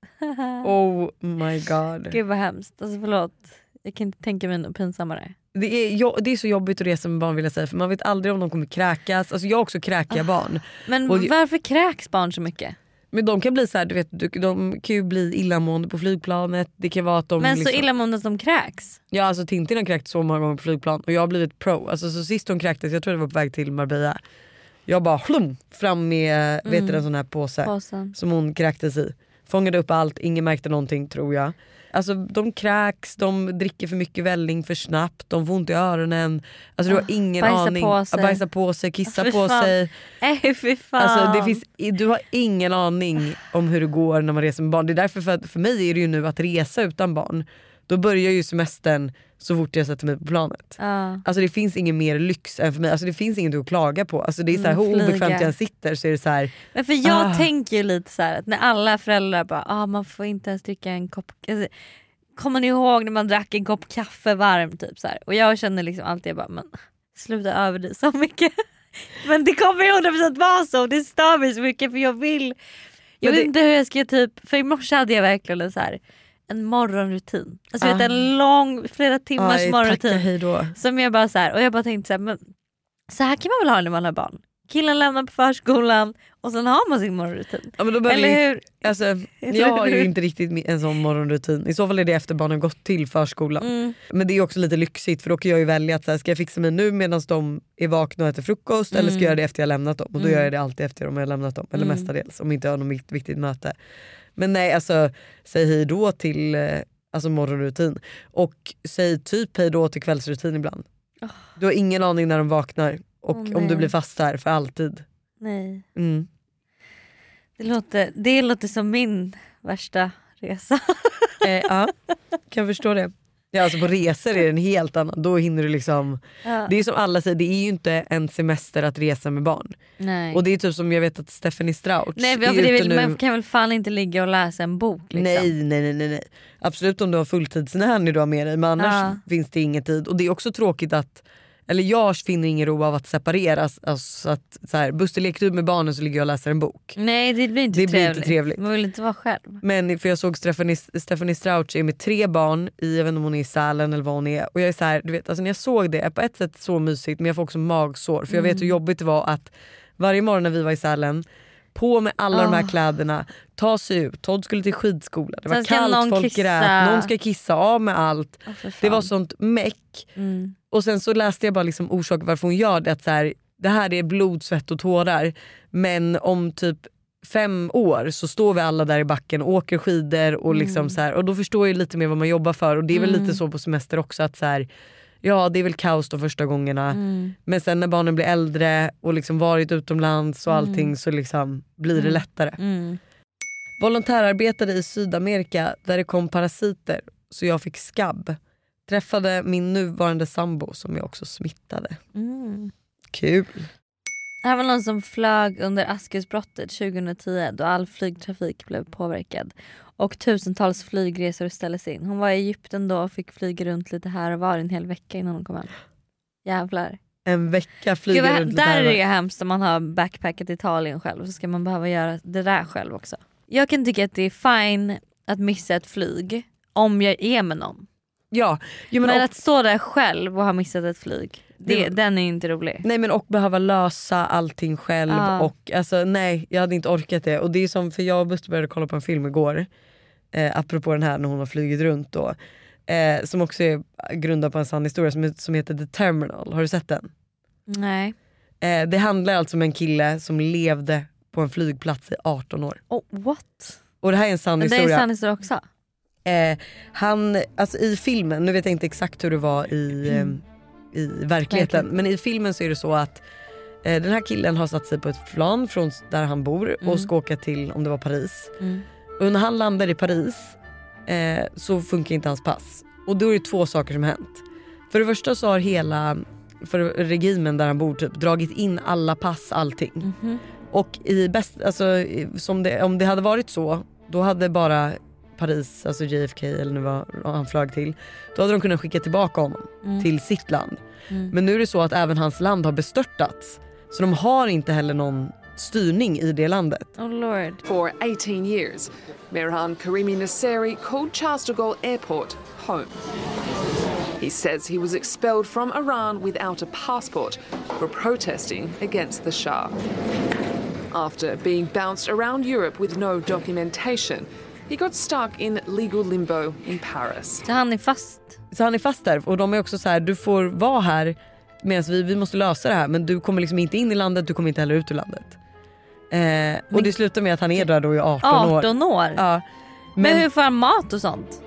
Oh my god. Gud vad hemskt, alltså förlåt. Jag kan inte tänka mig något pinsammare. Det är så jobbigt att resa med barn vill jag säga. För man vet aldrig om de kommer kräkas. Alltså jag har också kräkiga barn. Men varför kräks barn så mycket? Men de kan bli så här, du vet, de kan ju bli illamående på flygplanet. Det kan vara att de men liksom, så illamående att de kräks? Ja, alltså Tintin har kräkt så många gånger på flygplan. Och jag har blivit pro. Alltså så sist hon kräktes, jag tror det var på väg till Marbella. Jag bara fram med vet du, en sån här påsen som hon kräktes i. Fångade upp allt, ingen märkte någonting tror jag. Alltså de kräks, de dricker för mycket välling för snabbt, de får ont i öronen. Alltså du har ingen aning. Bajsa på sig, kissa på sig. Fy fan. Alltså du har ingen aning om hur det går när man reser med barn. Det är därför för mig är det ju nu att resa utan barn. Då börjar ju semestern så fort jag sätter mig på planet. Alltså det finns ingen mer lyx än för mig. Alltså det finns inget att klaga på. Alltså det är så här, hur obekvämt jag sitter så är det så här. Men för jag tänker ju lite så här att när alla föräldrar bara man får inte ens dricka en kopp. Alltså, kommer ni ihåg när man drack en kopp kaffe varm typ så här. Och jag känner liksom alltid bara men sluta över det så mycket. Men det kommer ju 100% vara så. Det stör mig så mycket för jag vet inte hur jag ska typ. För i morse hade jag verkligen en morgonrutin. Alltså vet, en lång, flera timmars morgonrutin. Som jag bara så här, och jag bara tänkte så här, men så här kan man väl ha när man har barn. Killen lämnar på förskolan och sen har man sin morgonrutin. Ja, men då eller hur? Alltså, jag har ju inte riktigt en sån morgonrutin. I så fall är det efter barnen gått till förskolan. Men det är också lite lyxigt för då kan jag ju välja att så här, ska jag fixa mig nu medan de är vakna och äter frukost eller ska jag göra det efter jag lämnat dem. Och då gör jag det alltid efter om jag lämnat dem. Eller mestadels om inte jag har något viktigt möte. Men nej, alltså säg hej då till alltså morgonrutin. Och säg typ hej då till kvällsrutin ibland. Du har ingen aning när de vaknar. Och om du blir fast här för alltid. Nej. Det låter som min värsta resa. Ja, kan förstå det. Ja, alltså på resor är det en helt annan. Då hinner du liksom. Det är som alla säger, det är ju inte en semester att resa med barn. Nej. Och det är typ som jag vet att Stephanie Strauch. Nej, för man kan väl fan inte ligga och läsa en bok liksom. Nej. Absolut om du har fulltidsnänny du har med dig. Men annars finns det ingen tid. Och det är också tråkigt att eller jag finner ingen ro av att separeras. Alltså att så här, Buster, leker du med barnen så ligger jag och läser en bok. Nej, det blir inte trevligt. Man vill inte vara själv. Men för jag såg Stephanie Strauch är med 3 barn i, jag vet inte om hon är i Sälen eller vad hon är. Och jag är så här, du vet, alltså när jag såg det, på ett sätt så mysigt, men jag får också magsår. För jag vet hur jobbigt det var att varje morgon när vi var i Sälen, på med alla de här kläderna, ta sig ut. Todd skulle till skidskola. Det var kallt, folk grät. Någon ska kissa av med allt. Det var sånt meck. Och sen så läste jag bara liksom orsaken varför hon gör det. Att så här, det här är blod, svett och tårar. Men om typ 5 år så står vi alla där i backen och åker skidor. Och, liksom så här, och då förstår jag lite mer vad man jobbar för. Och det är väl lite så på semester också. Att så här, ja, det är väl kaos de första gångerna. Men sen när barnen blir äldre och liksom varit utomlands och allting så liksom blir det lättare. Volontärarbetade i Sydamerika där det kom parasiter så jag fick skabb. Träffade min nuvarande sambo som jag också smittade. Kul. Här var någon som flög under Askersbrottet 2010 då all flygtrafik blev påverkad. Och tusentals flygresor ställdes in. Hon var i Egypten då och fick flyga runt lite här och var en hel vecka innan hon kom hem. Jävlar. En vecka flyger runt lite här. Där är det hemskt om man har backpackat i Italien själv. Och så ska man behöva göra det där själv också. Jag kan tycka att det är fine att missa ett flyg om jag är med någon. Ja, men att stå där själv och ha missat ett flyg, den är inte rolig. Nej, men och behöva lösa allting själv. Och alltså nej, jag hade inte orkat det. Och det är som, för jag och Buster började kolla på en film igår, apropå den här när hon har flugit runt då, som också är grundad på en sann historia som heter The Terminal. Har du sett den? Nej. Det handlar alltså om en kille som levde på en flygplats i 18 år. Oh, what? Och det här är en sann historia. Det är en sann historia också. Han, alltså i filmen, nu vet jag inte exakt hur det var i verkligheten, men i filmen så är det så att den här killen har satt sig på ett plan från där han bor och ska åka till, om det var Paris. Och när han landar i Paris så funkar inte hans pass. Och då är det 2 saker som har hänt. För det första så har hela regimen där han bor typ dragit in alla pass, allting. Och om det hade varit så, då hade bara Paris, alltså JFK eller nu var han flög till, då hade de kunnat skicka tillbaka honom till sitt land. Men nu är det så att även hans land har bestörtats. Så de har inte heller någon styrning i det landet. Oh Lord. For 18 years, Mehran Karimi Nasseri called Charles de Gaulle Airport home. He says he was expelled from Iran without a passport for protesting against the Shah. After being bounced around Europe with no documentation, he got stuck in legal limbo in Paris. Så han är fast? Så han är fast där, och de är också så här: du får vara här medan vi måste lösa det här, men du kommer liksom inte in i landet, du kommer inte heller ut ur landet. Och det slutar med att han är där då i 18 år. Ja. Men hur får han mat och sånt?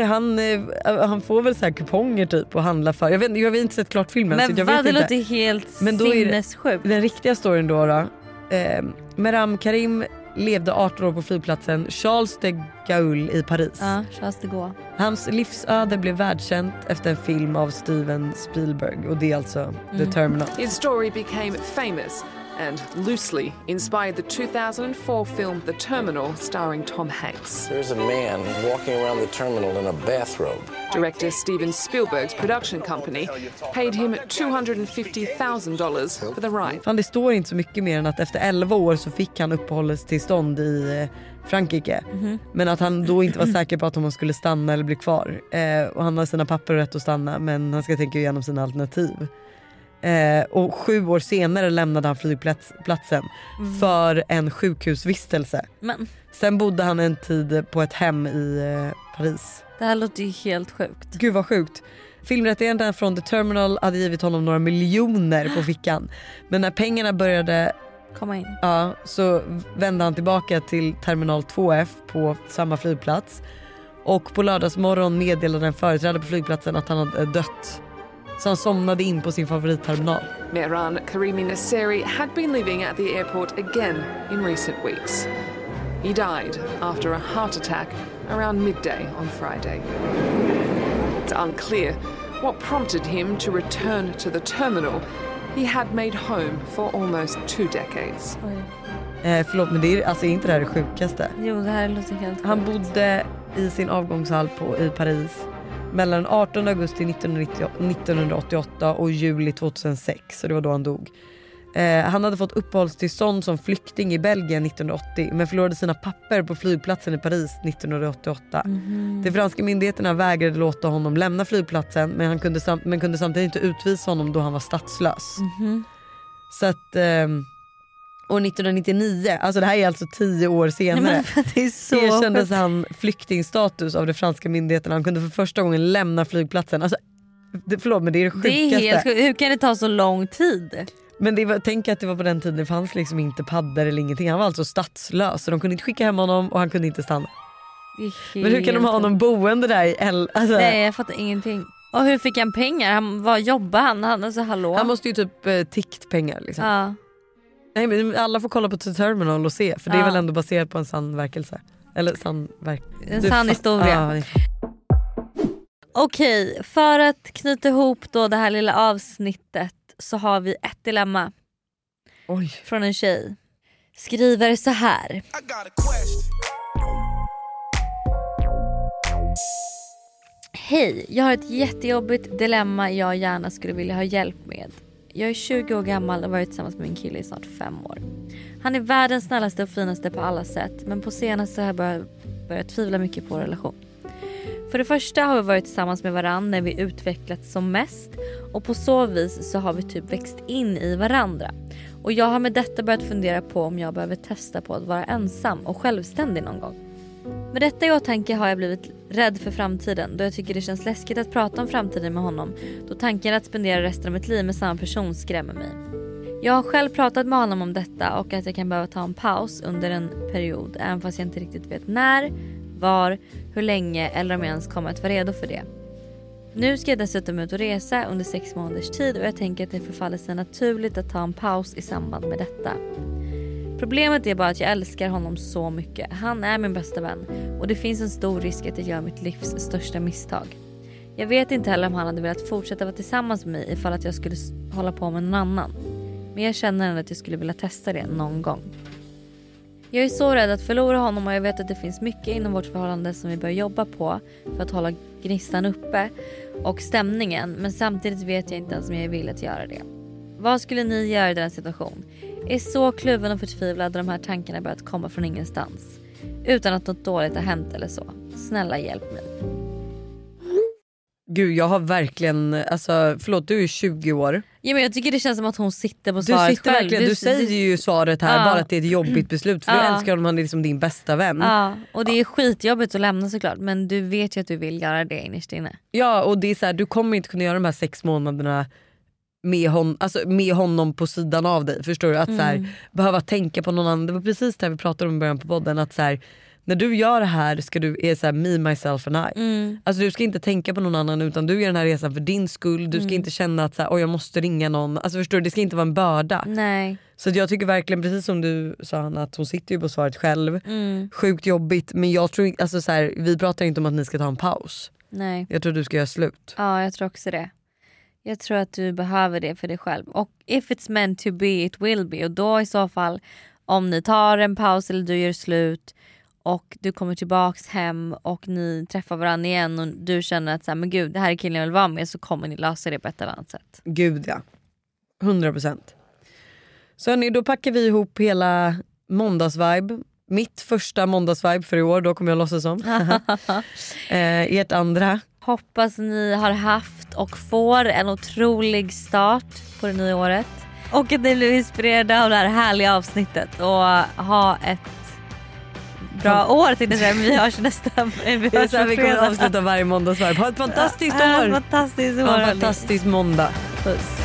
Han får väl så här kuponger typ och handla för. Jag har inte sett klart filmen. Men så jag vet det inte. låter helt sinnessjukt. Den riktiga storyn då. Mehran Karim levde 18 år på flygplatsen Charles de Gaulle i Paris. Ja, Charles de Gaulle. Hans livsöde blev världskänt efter en film av Steven Spielberg, och det är alltså The Terminal. His story became famous and loosely inspired the 2004 film The Terminal starring Tom Hanks. There's a man walking around the terminal in a bathrobe. Director Steven Spielberg's production company paid him $250,000 for the ride. Fan, det står inte så mycket mer än att efter 11 år så fick han uppehållstillstånd i Frankrike. Men att han då inte var säker på att han skulle stanna eller bli kvar. Och han har sina papper rätt att stanna, men han ska tänka igenom sina alternativ. Och 7 år senare lämnade han flygplatsen för en sjukhusvistelse. Men. Sen bodde han en tid på ett hem i Paris. Det här låter ju helt sjukt. Gud vad sjukt. Filmrättigheterna från The Terminal hade givit honom några miljoner på fickan. Men när pengarna började komma in, så vände han tillbaka till Terminal 2F på samma flygplats. Och på lördagsmorgon meddelade en företrädare på flygplatsen att han hade dött. Så han somnade in på sin favoritterminal. Mehran Karimi Nasseri had been living at the airport again in recent weeks. He died after a heart attack around midday on Friday. It's unclear what prompted him to return to the terminal he had made home for almost 2 decades. Förlåt, men det är alltså inte det här det sjukaste. Jo, det här låter helt sjukt. Han bodde i sin avgångshall i Paris mellan 18 augusti 1988 och juli 2006, så det var då han dog. Han hade fått uppehållstillstånd som flykting i Belgien 1980, men förlorade sina papper på flygplatsen i Paris 1988. De franska myndigheterna vägrade låta honom lämna flygplatsen, men han kunde samtidigt inte utvisa honom då han var statslös. Så att år 1999, alltså det här är alltså 10 år senare, erkändes han flyktingstatus av de franska myndigheterna. Han kunde för första gången lämna flygplatsen. Alltså, förlåt, men det är det sjukaste. Det är helt, hur kan det ta så lång tid? Men tänk att det var på den tiden det fanns liksom inte paddor eller ingenting. Han var alltså statslös, så de kunde inte skicka hem honom och han kunde inte stanna. Men hur kan de ha honom boende där i alltså... Nej, jag fattar ingenting. Och hur fick han pengar? Vad jobbar han? Alltså, hallå? Han måste ju typ tickt pengar liksom. Ja. Nej, men alla får kolla på The Terminal och se, för det är väl ändå baserat på en sann verkelse. Eller en sann historia. Okej, för att knyta ihop då det här lilla avsnittet så har vi ett dilemma. Oj. Från en tjej. Skriver så här. Hej, jag har ett jättejobbigt dilemma jag gärna skulle vilja ha hjälp med. Jag är 20 år gammal och har varit tillsammans med min kille i snart 5 år. Han är världens snällaste och finaste på alla sätt, men på senaste har jag börjat tvivla mycket på vår relation. För det första har vi varit tillsammans med varandra när vi utvecklats som mest, och på så vis så har vi typ växt in i varandra. Och jag har med detta börjat fundera på om jag behöver testa på att vara ensam och självständig någon gång. Med detta i åtanke har jag blivit rädd för framtiden, då jag tycker det känns läskigt att prata om framtiden med honom, då tanken att spendera resten av mitt liv med samma person skrämmer mig. Jag har själv pratat med honom om detta och att jag kan behöva ta en paus under en period, även fast jag inte riktigt vet när, var, hur länge eller om jag ens kommer att vara redo för det. Nu ska jag dessutom ut och resa under 6 månaders tid och jag tänker att det förfaller sig naturligt att ta en paus i samband med detta. Problemet är bara att jag älskar honom så mycket. Han är min bästa vän och det finns en stor risk att jag gör mitt livs största misstag. Jag vet inte heller om han hade velat fortsätta vara tillsammans med mig ifall att jag skulle hålla på med någon annan. Men jag känner ändå att jag skulle vilja testa det någon gång. Jag är så rädd att förlora honom och jag vet att det finns mycket inom vårt förhållande som vi bör jobba på för att hålla gnistan uppe och stämningen. Men samtidigt vet jag inte ens om jag vill att göra det. Vad skulle ni göra i den situation? Är så kluven och förtvivlad att de här tankarna börjat komma från ingenstans. Utan att något dåligt har hänt eller så. Snälla hjälp mig. Gud, jag har verkligen, alltså förlåt, du är 20 år. Ja, men jag tycker det känns som att hon sitter på svaret du sitter själv. Verkligen, du säger ju svaret här, bara att det är ett jobbigt beslut. För du älskar honom, han är liksom din bästa vän. Ja, och det är skitjobbigt att lämna såklart. Men du vet ju att du vill göra det innerst inne. Ja, och det är så här, du kommer inte kunna göra de här 6 månaderna med honom på sidan av dig. Förstår du? Att så här, behöva tänka på någon annan. Det var precis det vi pratade om i början på podden. Att så här, när du gör det här ska du är så här, me, myself and I. Alltså du ska inte tänka på någon annan utan du gör den här resan för din skull. Du ska inte känna att så här, jag måste ringa någon. Alltså förstår du, det ska inte vara en börda. Nej. Så jag tycker verkligen, precis som du sa Hanna, att hon sitter ju på svaret själv. Sjukt jobbigt. Men jag tror alltså så här, vi pratar inte om att ni ska ta en paus. Nej. Jag tror du ska göra slut. Ja, jag tror också det. Jag tror att du behöver det för dig själv. Och if it's meant to be, it will be. Och då i så fall, om ni tar en paus eller du gör slut och du kommer tillbaks hem och ni träffar varandra igen och du känner att så här, men gud, det här är killen jag vill vara med, så kommer ni lösa det på ett eller annat sätt. Gud ja, 100%. Så hörni, då packar vi ihop hela måndagsvibe. Mitt första måndagsvibe för i år, då kommer jag låtsas som. Ert andra. Hoppas ni har haft och får en otrolig start på det nya året. Och att ni blir inspirerade av det här härliga avsnittet. Och ha ett bra år till det. Vi hörs nästa. Det är så här vi kommer att avsluta varje måndagsvarv. Ha ett fantastiskt år. Fantastiskt år. Ha en fantastisk måndag. Puss.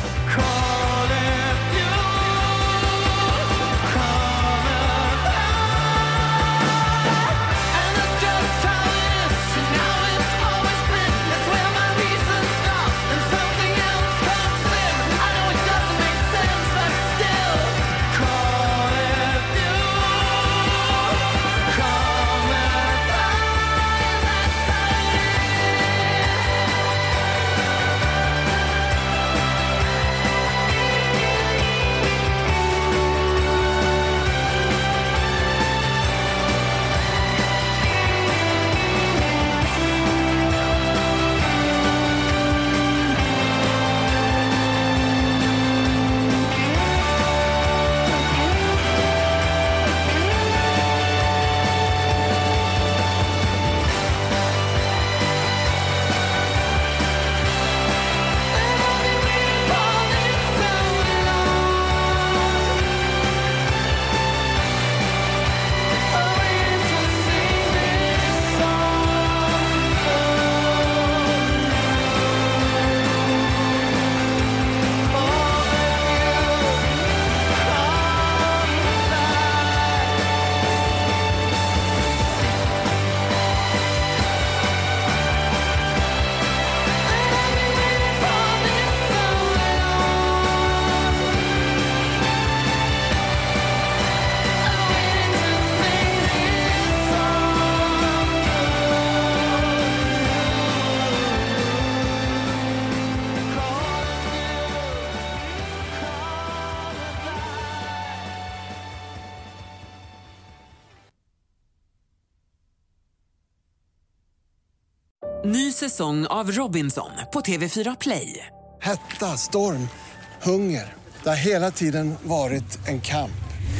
Ny säsong av Robinson på TV4 Play. Hetta, storm, hunger. Det har hela tiden varit en kamp.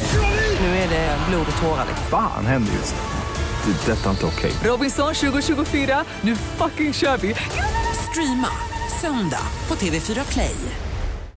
Nu är det blod och tårar. Fan händer just det. Det är detta inte okej. Robinson 2024, nu fucking kör vi. Streama söndag på TV4 Play.